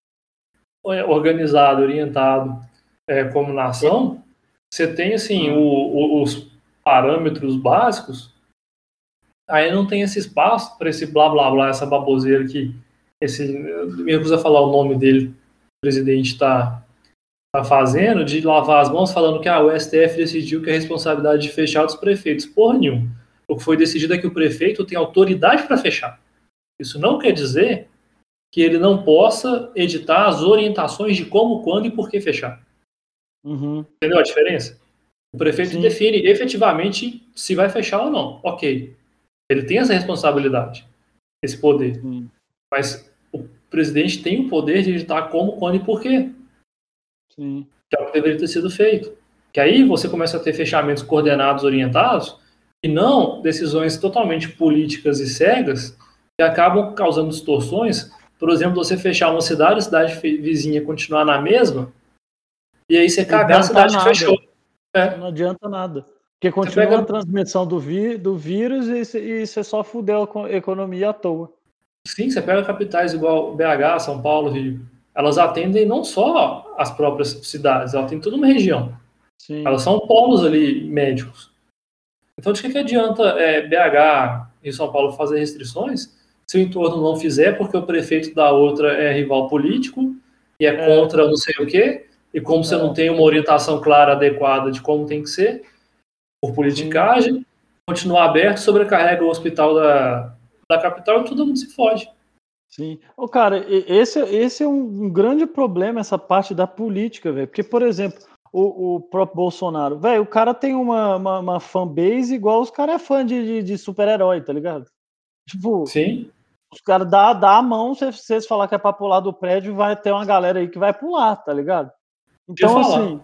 organizado, orientado, como nação, você tem assim os parâmetros básicos, aí não tem esse espaço para esse blá blá blá, essa baboseira que me recusa a falar o nome dele, o presidente está fazendo, de lavar as mãos falando que o STF decidiu que a responsabilidade de fechar dos prefeitos. Porra nenhuma. O que foi decidido é que o prefeito tem autoridade para fechar. Isso não quer dizer que ele não possa editar as orientações de como, quando e por que fechar. Entendeu a diferença? O prefeito define efetivamente se vai fechar ou não. Ok. Ele tem essa responsabilidade, esse poder. Mas o presidente tem o poder de editar como, quando e por quê. Sim. Que é o que deveria ter sido feito. Que aí você começa a ter fechamentos coordenados, orientados, e não decisões totalmente políticas e cegas que acabam causando distorções. Por exemplo, você fechar uma cidade, a cidade vizinha continuar na mesma, e aí você cagar a cidade que fechou. Não adianta nada. Porque continua a transmissão do vírus e você só fudeu a economia à toa. Sim, você pega capitais igual BH, São Paulo, Rio. Elas atendem não só as próprias cidades, elas atendem toda uma região. Sim. Elas são polos ali médicos. Então, de que adianta BH e São Paulo fazer restrições se o entorno não fizer, porque o prefeito da outra é rival político e é contra não sei o quê, e como você não tem uma orientação clara, adequada de como tem que ser, por politicagem, continuar aberto, sobrecarrega o hospital da capital e todo mundo se fode. Sim. Ô, cara, esse é um grande problema, essa parte da política, velho. Porque, por exemplo, o próprio Bolsonaro, velho, o cara tem uma fanbase igual os caras é fã de super-herói, tá ligado? Tipo, Sim. os caras dá a mão, se vocês falar que é pra pular do prédio, vai ter uma galera aí que vai pular, tá ligado? Então, assim,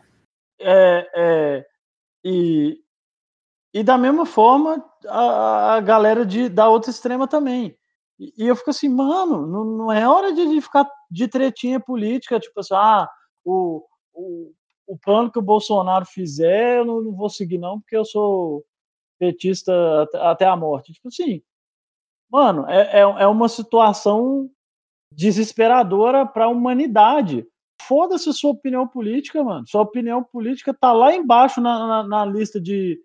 e da mesma forma, a galera da outra extrema também. E eu fico assim, mano, não é hora de ficar de tretinha política, tipo assim, o, o, o plano que o Bolsonaro fizer, eu não vou seguir não, porque eu sou petista até a morte. Tipo assim, mano, é uma situação desesperadora para a humanidade. Foda-se a sua opinião política, mano. Sua opinião política tá lá embaixo na lista de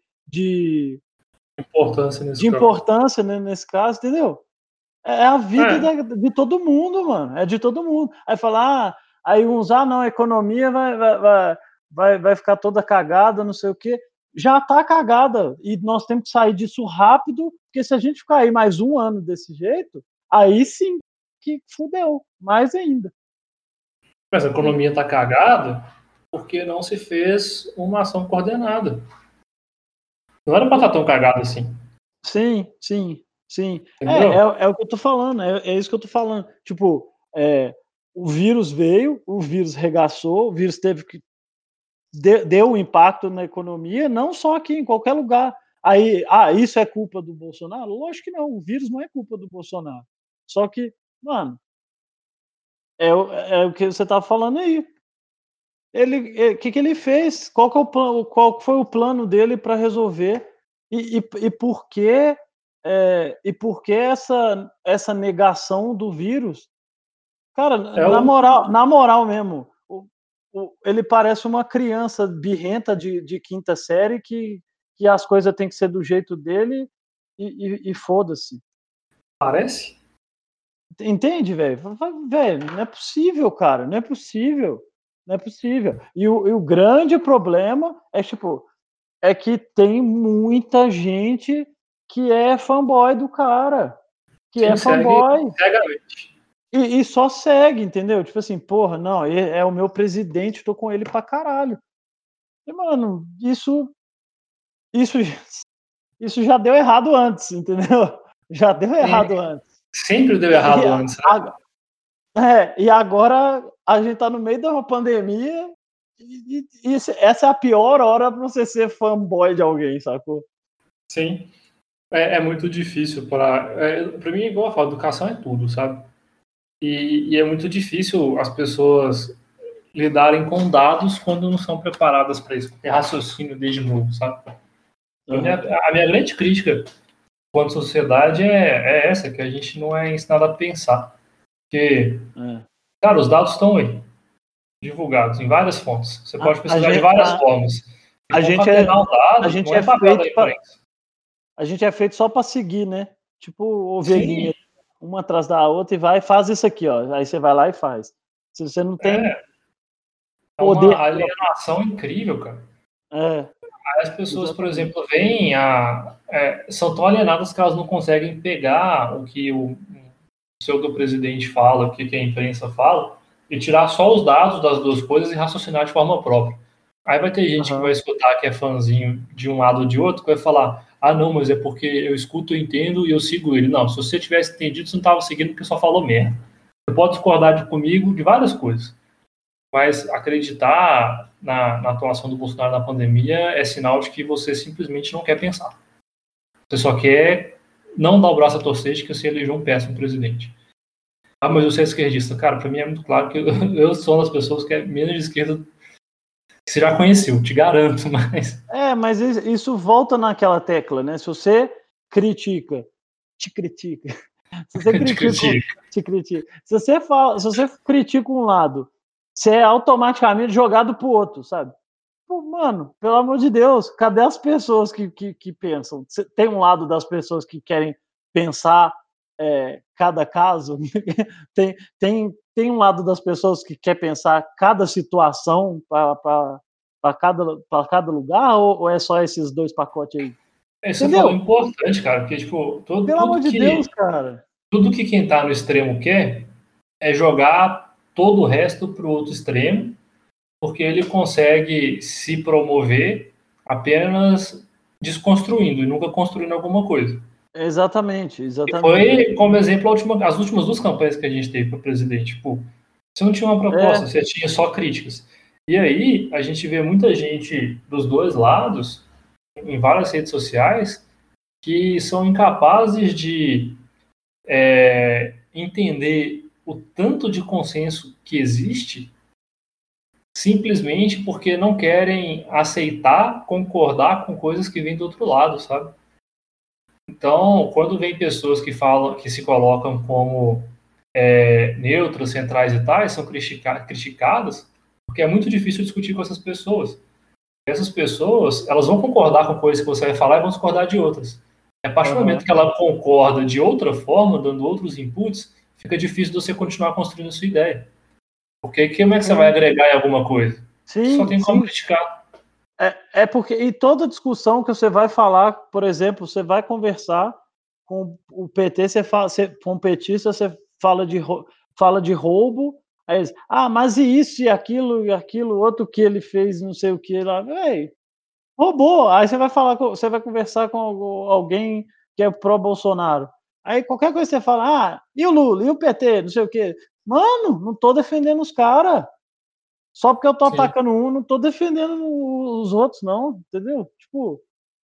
importância nesse caso, entendeu? É a vida de todo mundo, mano. É de todo mundo. Aí falar, aí uns, não, a economia vai ficar toda cagada, não sei o quê. Já tá cagada. E nós temos que sair disso rápido, porque se a gente ficar aí mais um ano desse jeito, aí sim que fudeu, mais ainda. Mas a economia está cagada porque não se fez uma ação coordenada. Não era para estar tão cagado assim. Sim. É o que eu tô falando, é isso que eu tô falando. Tipo, o vírus veio, o vírus regaçou, o vírus teve que deu um impacto na economia, não só aqui, em qualquer lugar. Aí, isso é culpa do Bolsonaro? Lógico que não, o vírus não é culpa do Bolsonaro. Só que, mano, é o que você tá falando aí. O que ele fez? Qual que é o plano? Qual foi o plano dele para resolver? E por que essa negação do vírus? Cara, na moral mesmo, ele parece uma criança birrenta de quinta série que as coisas têm que ser do jeito dele e foda-se. Parece? Entende, velho? Velho, não é possível, cara. Não é possível. Não é possível. E o grande problema é que tem muita gente que é fanboy do cara. Que Sim, é fanboy. Cegamente. E só segue, entendeu? Tipo assim, porra, não, é o meu presidente, tô com ele pra caralho. E, mano, isso já deu errado antes, entendeu? Já deu errado antes. Sempre deu errado antes. E agora a gente tá no meio de uma pandemia e essa é a pior hora pra você ser fanboy de alguém, sacou? Sim. É muito difícil para mim, igual eu falo, educação é tudo, sabe? E é muito difícil as pessoas lidarem com dados quando não são preparadas para isso. Ter raciocínio desde novo, sabe? A minha grande crítica quanto sociedade é essa, que a gente não é ensinado a pensar. Porque, cara, os dados estão aí, divulgados em várias fontes. Você pode pesquisar de várias formas. A gente é feito só para seguir, né? Tipo ovelhinha, uma atrás da outra e vai e faz isso aqui, ó. Aí você vai lá e faz. Se você não tem poder... uma alienação incrível, cara. Aí as pessoas, por exemplo, veem são tão alienadas que elas não conseguem pegar o que o pseudo-presidente fala, o que a imprensa fala, e tirar só os dados das duas coisas e raciocinar de forma própria. Aí vai ter gente que vai escutar que é fãzinho de um lado ou de outro, que vai falar, não, mas é porque eu escuto, eu entendo e eu sigo ele. Não, se você tivesse entendido, você não estava seguindo porque só falou merda. Você pode discordar comigo de várias coisas, mas acreditar na atuação do Bolsonaro na pandemia é sinal de que você simplesmente não quer pensar. Você só quer não dar o braço a torcer de que você elegeu um péssimo presidente. Mas eu sou esquerdista. Cara, pra mim é muito claro que eu sou uma das pessoas que é menos de esquerda que você já conheceu, te garanto, mas... mas isso volta naquela tecla, né? Se você critica, te critica. Se você te critica. Se você critica um lado, você é automaticamente jogado pro outro, sabe? Pô, mano, pelo amor de Deus, cadê as pessoas que pensam? Tem um lado das pessoas que querem pensar cada caso, tem um lado das pessoas que quer pensar cada situação para para cada lugar, ou é só esses 2 pacotes aí? Isso é importante, cara, porque, tipo, Pelo amor de Deus, cara. Tudo que quem tá no extremo quer é jogar todo o resto pro outro extremo, porque ele consegue se promover apenas desconstruindo e nunca construindo alguma coisa. Exatamente. E foi, como exemplo, as últimas 2 campanhas que a gente teve para presidente. Tipo, você não tinha uma proposta, você tinha só críticas. E aí, a gente vê muita gente dos 2 lados, em várias redes sociais, que são incapazes de entender o tanto de consenso que existe simplesmente porque não querem aceitar, concordar com coisas que vêm do outro lado, sabe? Então, quando vem pessoas que falam, que se colocam como neutras, centrais e tais, são criticadas, porque é muito difícil discutir com essas pessoas. Essas pessoas, elas vão concordar com coisas que você vai falar e vão discordar de outras. A partir do momento que ela concorda de outra forma, dando outros inputs, fica difícil você continuar construindo a sua ideia. Porque como é que você vai agregar em alguma coisa? Sim, só tem como criticar. É porque, e toda discussão que você vai falar, por exemplo, você vai conversar com o PT, com o petista, você fala de roubo, aí eles, mas e isso e aquilo, outro que ele fez, não sei o que lá, véi, roubou. Aí você vai conversar com alguém que é pró-Bolsonaro. Aí qualquer coisa que você fala, e o Lula, e o PT, não sei o que. Mano, não tô defendendo os caras. Só porque eu tô atacando um, não tô defendendo os outros, não, entendeu? Tipo,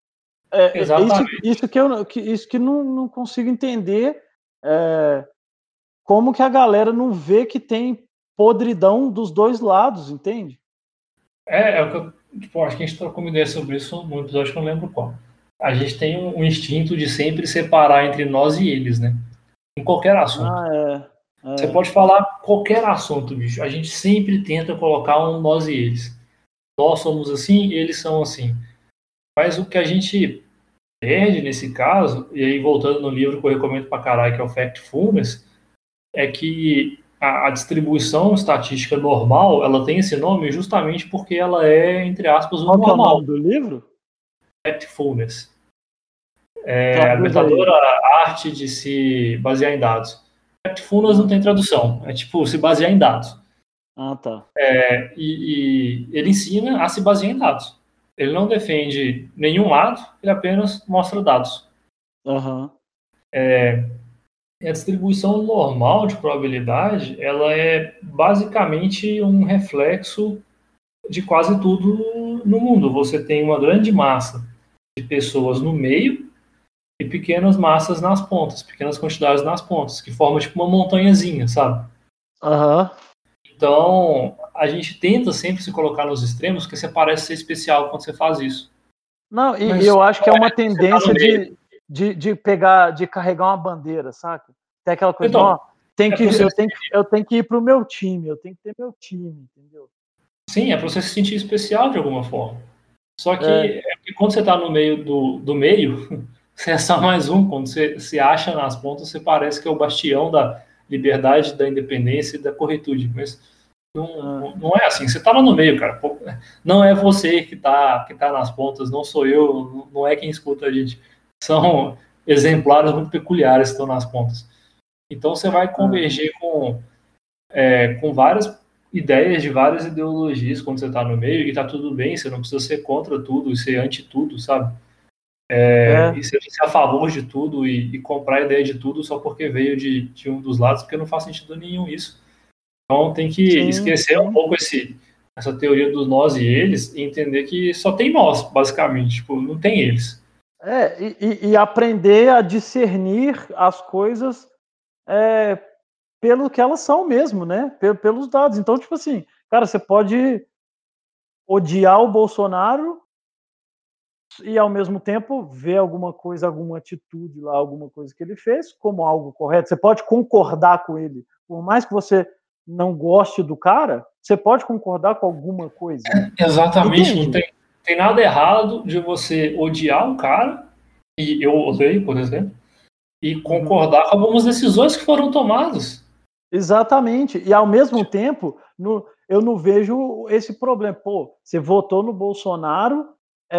isso que não consigo entender, como que a galera não vê que tem podridão dos 2 lados, entende? É o que eu, tipo, acho que a gente trocou uma ideia sobre isso num episódio que eu não lembro qual. A gente tem um instinto de sempre separar entre nós e eles, né? Em qualquer assunto. Você pode falar qualquer assunto, bicho. A gente sempre tenta colocar um nós e eles. Nós somos assim, eles são assim. Mas o que a gente perde nesse caso, e aí voltando no livro que eu recomendo pra caralho, que é o Factfulness, é que a distribuição estatística normal, ela tem esse nome justamente porque ela é, entre aspas, o normal. Qual é o nome do livro? Factfulness. A verdadeira arte de se basear em dados. Factfulness não tem tradução, é tipo se basear em dados. Tá. E ele ensina a se basear em dados. Ele não defende nenhum lado, ele apenas mostra dados. A distribuição normal de probabilidade, ela é basicamente um reflexo de quase tudo no mundo. Você tem uma grande massa de pessoas no meio e pequenas massas nas pontas, pequenas quantidades nas pontas, que formam tipo uma montanhazinha, sabe? Então, a gente tenta sempre se colocar nos extremos, porque você parece ser especial quando você faz isso. Não, e eu acho que é uma tendência de carregar uma bandeira, saca? Tem aquela coisa, então, eu tenho que ir pro meu time, eu tenho que ter meu time, entendeu? Sim, é para você se sentir especial de alguma forma. Só que quando você está no meio do meio, você é só mais um. Quando você se acha nas pontas, você parece que é o bastião da liberdade, da independência e da corretude. Mas não é assim. Você está lá no meio, cara. Não é você que tá nas pontas, não sou eu, não é quem escuta a gente. São exemplares muito peculiares que estão nas pontas. Então você vai converger com várias ideias de várias ideologias quando você está no meio, e tá tudo bem, você não precisa ser contra tudo e ser anti tudo, sabe? E ser a favor de tudo e comprar a ideia de tudo só porque veio de um dos lados, porque não faz sentido nenhum isso. Então tem que esquecer um pouco essa teoria dos nós e eles e entender que só tem nós, basicamente, tipo, não tem eles. E aprender a discernir as coisas pelo que elas são mesmo, né? Pelos dados. Então, tipo assim, cara, você pode odiar o Bolsonaro e ao mesmo tempo ver alguma coisa, alguma atitude lá, alguma coisa que ele fez como algo correto. Você pode concordar com ele, por mais que você não goste do cara, você pode concordar com alguma coisa. Exatamente, entende? Não tem nada errado de você odiar um cara, e eu odeio, por exemplo, e concordar com algumas decisões que foram tomadas. Exatamente. E ao mesmo tempo, eu não vejo esse problema. Pô, você votou no Bolsonaro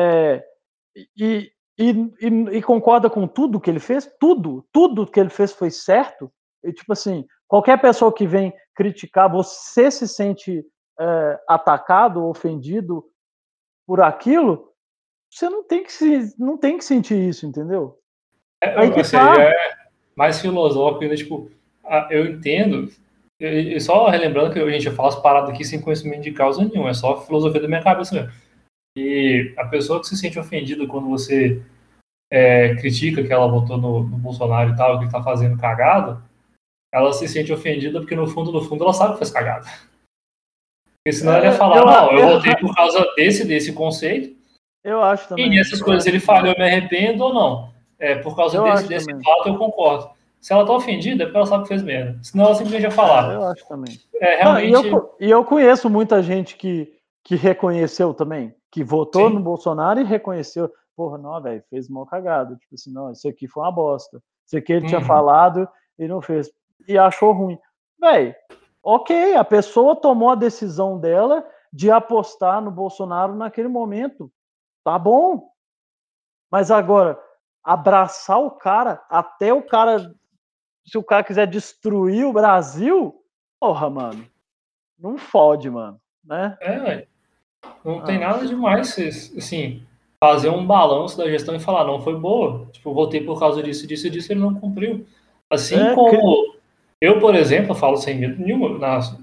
e concorda com tudo que ele fez? Tudo que ele fez foi certo? E, tipo assim, qualquer pessoa que vem criticar, você se sente atacado, ofendido por aquilo, você não tem que sentir isso, entendeu? Aí que Assim, tá. é mais filosófico, ainda, tipo, eu entendo, e só relembrando que a gente fala as paradas aqui sem conhecimento de causa nenhuma, é só filosofia da minha cabeça mesmo. E a pessoa que se sente ofendida quando você critica que ela votou no Bolsonaro e tal, que ele tá fazendo cagada, ela se sente ofendida porque no fundo ela sabe que fez cagada. Porque senão ela ia falar, não, eu votei por causa desse conceito, eu acho e também. nessas coisas ele falhou, eu me arrependo ou não. Por causa desse fato eu concordo. Se ela tá ofendida, é porque ela sabe que fez merda. Senão ela simplesmente ia falar. Eu acho também. Realmente... E eu conheço muita gente que reconheceu também, que votou no Bolsonaro e reconheceu. Porra, não, velho, fez mal cagado. Tipo assim, não, isso aqui foi uma bosta. Isso aqui ele tinha falado e não fez. E achou ruim. Velho, ok, a pessoa tomou a decisão dela de apostar no Bolsonaro naquele momento. Tá bom. Mas agora, abraçar o cara, até o cara, se o cara quiser destruir o Brasil, porra, mano, não fode, mano, né? Não tem nada demais, assim, fazer um balanço da gestão e falar, não foi boa, tipo, votei por causa disso, ele não cumpriu. Assim como eu, por exemplo, falo sem medo nenhum,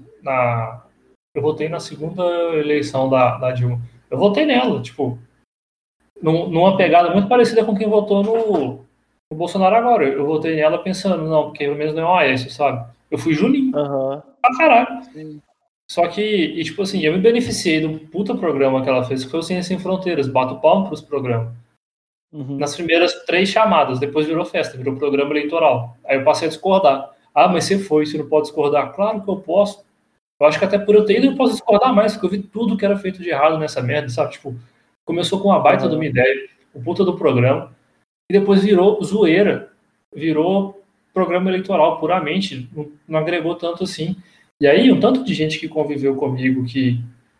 eu votei na segunda eleição da Dilma. Eu votei nela, tipo, numa pegada muito parecida com quem votou no Bolsonaro agora. Eu votei nela pensando, não, porque pelo menos não é o Aécio, sabe? Eu fui Juninho. Pra caralho. Sim. Só que, tipo assim, eu me beneficiei do puta programa que ela fez, que foi o Ciência Sem Fronteiras. Bato palmo pros programas. Nas primeiras 3 chamadas, depois virou festa, virou programa eleitoral. Aí eu passei a discordar. Ah, mas você não pode discordar? Claro que eu posso. Eu acho que até por eu ter ido eu posso discordar mais, porque eu vi tudo que era feito de errado nessa merda, sabe? Tipo, começou com uma baita de uma ideia, o puta do programa, e depois virou zoeira, virou programa eleitoral puramente, não agregou tanto assim. E aí, um tanto de gente que conviveu comigo, que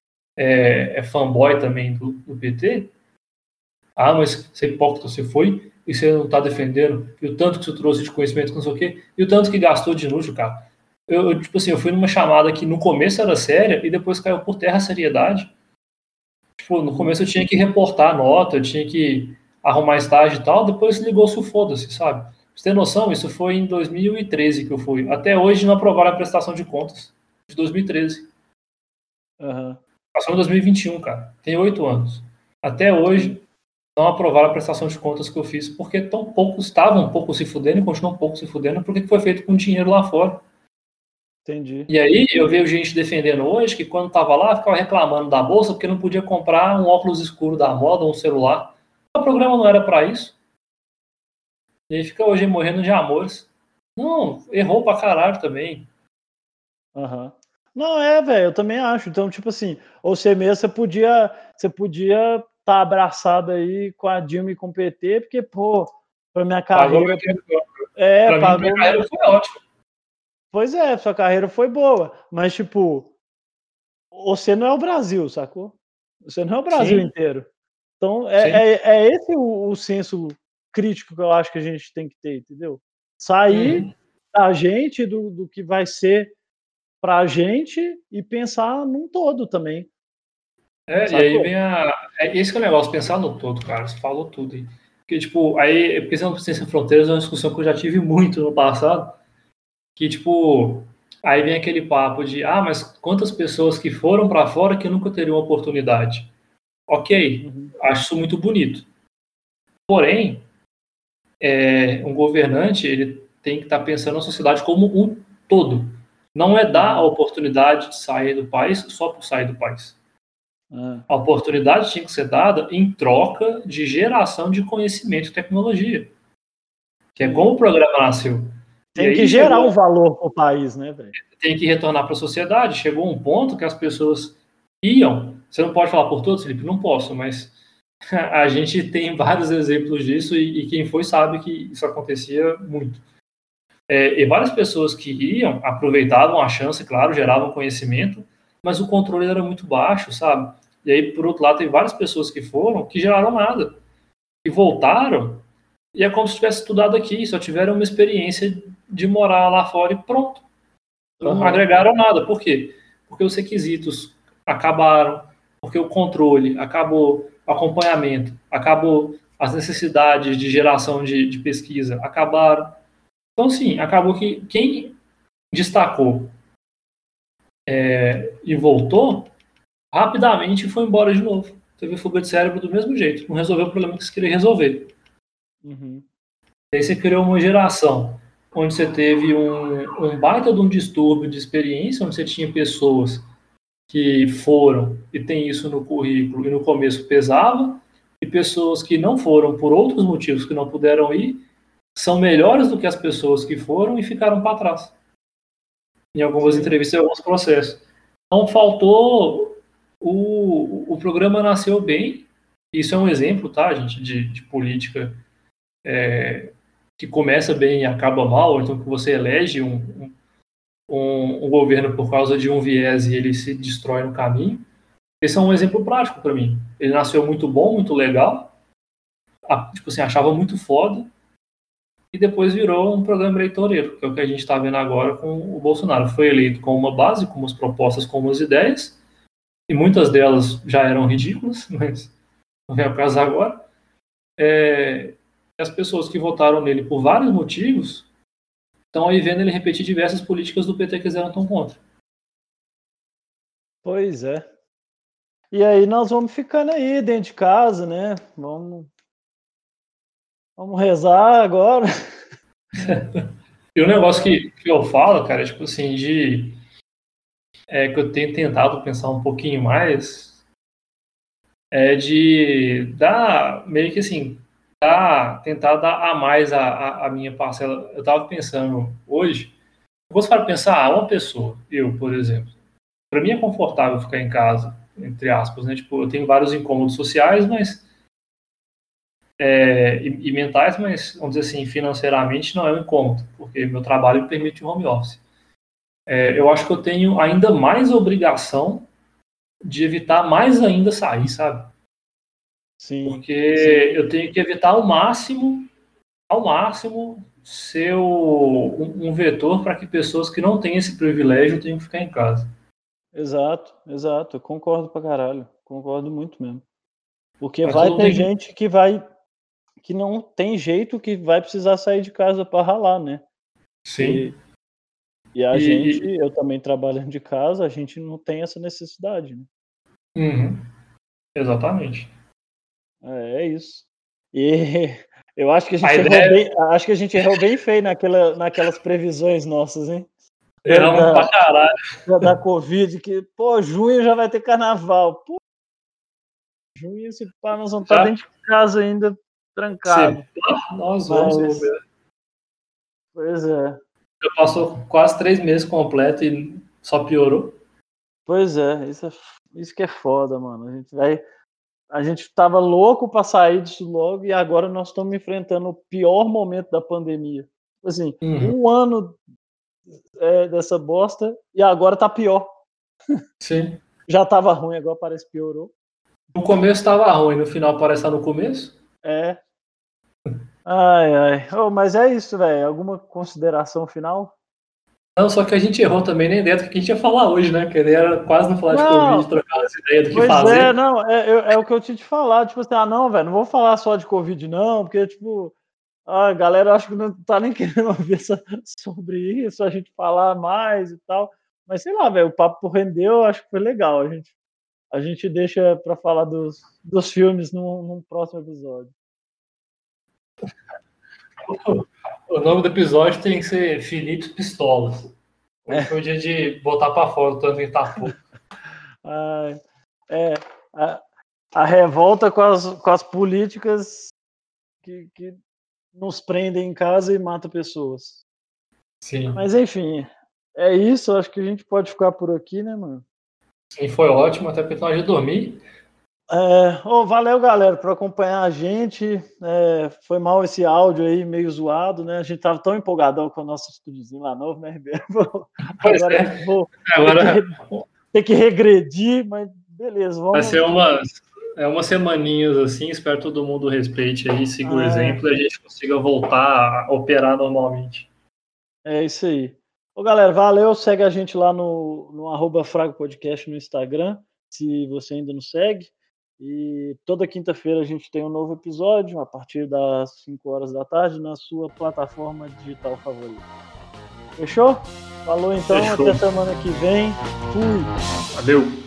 é fanboy também do PT, ah, mas você é hipócrita, você foi e você não tá defendendo, e o tanto que você trouxe de conhecimento, não sei o quê, e o tanto que gastou de inútil, cara. Tipo assim, eu fui numa chamada que no começo era séria e depois caiu por terra a seriedade. Tipo, no começo eu tinha que reportar a nota, eu tinha que arrumar estágio e tal, depois ligou-se o foda-se, sabe? Pra você ter noção, isso foi em 2013 que eu fui. Até hoje não aprovaram a prestação de contas de 2013. Passou em 2021, cara. Tem 8 anos. Até hoje não aprovaram a prestação de contas que eu fiz, porque tão poucos estavam um pouco se fudendo e continuam um pouco se fudendo, porque foi feito com dinheiro lá fora. Entendi. E aí eu vejo gente defendendo hoje que quando estava lá ficava reclamando da bolsa porque não podia comprar um óculos escuro da moda ou um celular. O programa não era para isso. E aí fica hoje morrendo de amores. Não, errou pra caralho também. Não, velho, eu também acho. Então, tipo assim, ou você mesmo, você podia estar abraçado aí com a Dilma e com o PT, porque, pô, pra minha carreira... Pra mim, minha carreira foi ótima. Pois é, sua carreira foi boa, mas, tipo, você não é o Brasil, sacou? Você não é o Brasil inteiro. Então, é esse o senso crítico que eu acho que a gente tem que ter, entendeu? Sair da gente, do que vai ser pra gente e pensar num todo também. E aí vem esse que é o negócio, pensar no todo, cara. Você falou tudo aí. Porque, tipo, aí, pensando no Ciência Sem Fronteiras, é uma discussão que eu já tive muito no passado, que, tipo, aí vem aquele papo de, mas quantas pessoas que foram para fora que nunca teriam oportunidade? Ok, acho isso muito bonito. Porém, um governante, ele tem que estar pensando na sociedade como um todo. Não é dar a oportunidade de sair do país só por sair do país. A oportunidade tinha que ser dada em troca de geração de conhecimento e tecnologia. Que é como o programa nasceu. Tem que gerar um valor para o país, né, velho? Tem que retornar para a sociedade. Chegou um ponto que as pessoas iam. Você não pode falar por todos, Felipe? Não posso, mas a gente tem vários exemplos disso e quem foi sabe que isso acontecia muito. E várias pessoas que iam aproveitavam a chance, claro, geravam conhecimento, mas o controle era muito baixo, sabe? E aí, por outro lado, tem várias pessoas que foram que geraram nada, e voltaram, e é como se tivesse estudado aqui, só tiveram uma experiência de morar lá fora e pronto. Não agregaram nada. Por quê? Porque os requisitos acabaram, porque o controle acabou, o acompanhamento acabou, as necessidades de geração de pesquisa acabaram. Então, sim, acabou que quem destacou e voltou, rapidamente foi embora de novo. Teve fuga de cérebro do mesmo jeito. Não resolveu o problema que você queria resolver. Uhum. Aí você criou uma geração onde você teve um baita de um distúrbio de experiência, onde você tinha pessoas que foram e tem isso no currículo e no começo pesava, e pessoas que não foram por outros motivos que não puderam ir, são melhores do que as pessoas que foram e ficaram para trás. Em algumas entrevistas e alguns processos. Então faltou, o programa nasceu bem, isso é um exemplo, tá, gente, de política que começa bem e acaba mal, então que você elege um governo por causa de um viés e ele se destrói no caminho. Esse é um exemplo prático para mim. Ele nasceu muito bom, muito legal, tipo assim, achava muito foda, e depois virou um programa eleitoreiro, que é o que a gente está vendo agora com o Bolsonaro. Foi eleito com uma base, com umas propostas, com umas ideias, e muitas delas já eram ridículas, mas não é o caso agora. As pessoas que votaram nele por vários motivos estão aí vendo ele repetir diversas políticas do PT que eles eram tão contra. Pois é. E aí nós vamos ficando aí dentro de casa, né? Vamos rezar agora. E o negócio que eu falo, cara, tipo assim, que eu tenho tentado pensar um pouquinho mais, é de dar, meio que assim, tentar dar a mais a minha parcela. Eu tava pensando hoje, eu gosto para pensar, uma pessoa, eu, por exemplo, para mim é confortável ficar em casa, entre aspas, né? Tipo, eu tenho vários incômodos sociais, mas e mentais, mas vamos dizer assim, financeiramente não é um incômodo, porque meu trabalho me permite o home office. Eu acho que eu tenho ainda mais obrigação de evitar mais ainda sair, sabe? Sim. Porque eu tenho que evitar ao máximo, ser um vetor para que pessoas que não têm esse privilégio tenham que ficar em casa. Exato. Eu concordo pra caralho. Concordo muito mesmo. Porque Mas vai todo ter mundo gente que não tem jeito, que vai precisar sair de casa para ralar, né? Sim. E a gente, eu também trabalhando de casa, a gente não tem essa necessidade, né? Uhum. Exatamente. É isso. E eu acho que a gente errou bem feio naquelas previsões nossas, hein? Erramos pra caralho. Da Covid, que, pô, junho já vai ter carnaval. Pô, junho, esse pá, nós vamos estar dentro de casa ainda, trancado. Nós vamos ver. Pois é. Já passou quase 3 meses completo e só piorou. Pois é, isso que é foda, mano. A gente tava louco pra sair disso logo e agora nós estamos enfrentando o pior momento da pandemia. Assim, um ano dessa bosta e agora tá pior. Sim. Já tava ruim, agora parece que piorou. No começo tava ruim, no final parece estar no começo. Ai. Oh, mas é isso, velho. Alguma consideração final? Não, só que a gente errou também nem dentro do que a gente ia falar hoje, né? Que a ideia era quase não falar de Covid, trocar essa ideia do que fazer. É o que eu tinha te falar, tipo assim, não, velho, não vou falar só de Covid, não, porque, tipo, a galera acho que não tá nem querendo ouvir sobre isso, a gente falar mais e tal. Mas sei lá, velho, o papo rendeu, acho que foi legal. A gente deixa pra falar dos filmes num próximo episódio. O nome do episódio tem que ser Felipe Pistolas. Hoje foi o dia de botar pra fora o tanto que tá pouco. A revolta com as políticas que nos prendem em casa e matam pessoas. Sim. Mas enfim, é isso. Acho que a gente pode ficar por aqui, né, mano? Sim, foi ótimo, até porque nós de dormir. Valeu, galera, por acompanhar a gente. Foi mal esse áudio aí, meio zoado, né? A gente tava tão empolgadão com o nosso estúdiozinho lá novo, né, Ribeiro? Agora ter que regredir, mas beleza, vamos. Vai ser umas semaninhas assim, espero que todo mundo respeite aí, siga o exemplo e a gente consiga voltar a operar normalmente. É isso aí. Ô, galera, valeu, segue a gente lá no @fragopodcast no Instagram, se você ainda não segue. E toda quinta-feira a gente tem um novo episódio, a partir das 5 horas da tarde, na sua plataforma digital favorita. Fechou? Falou então, Fechou. até semana que vem. Fui! Valeu!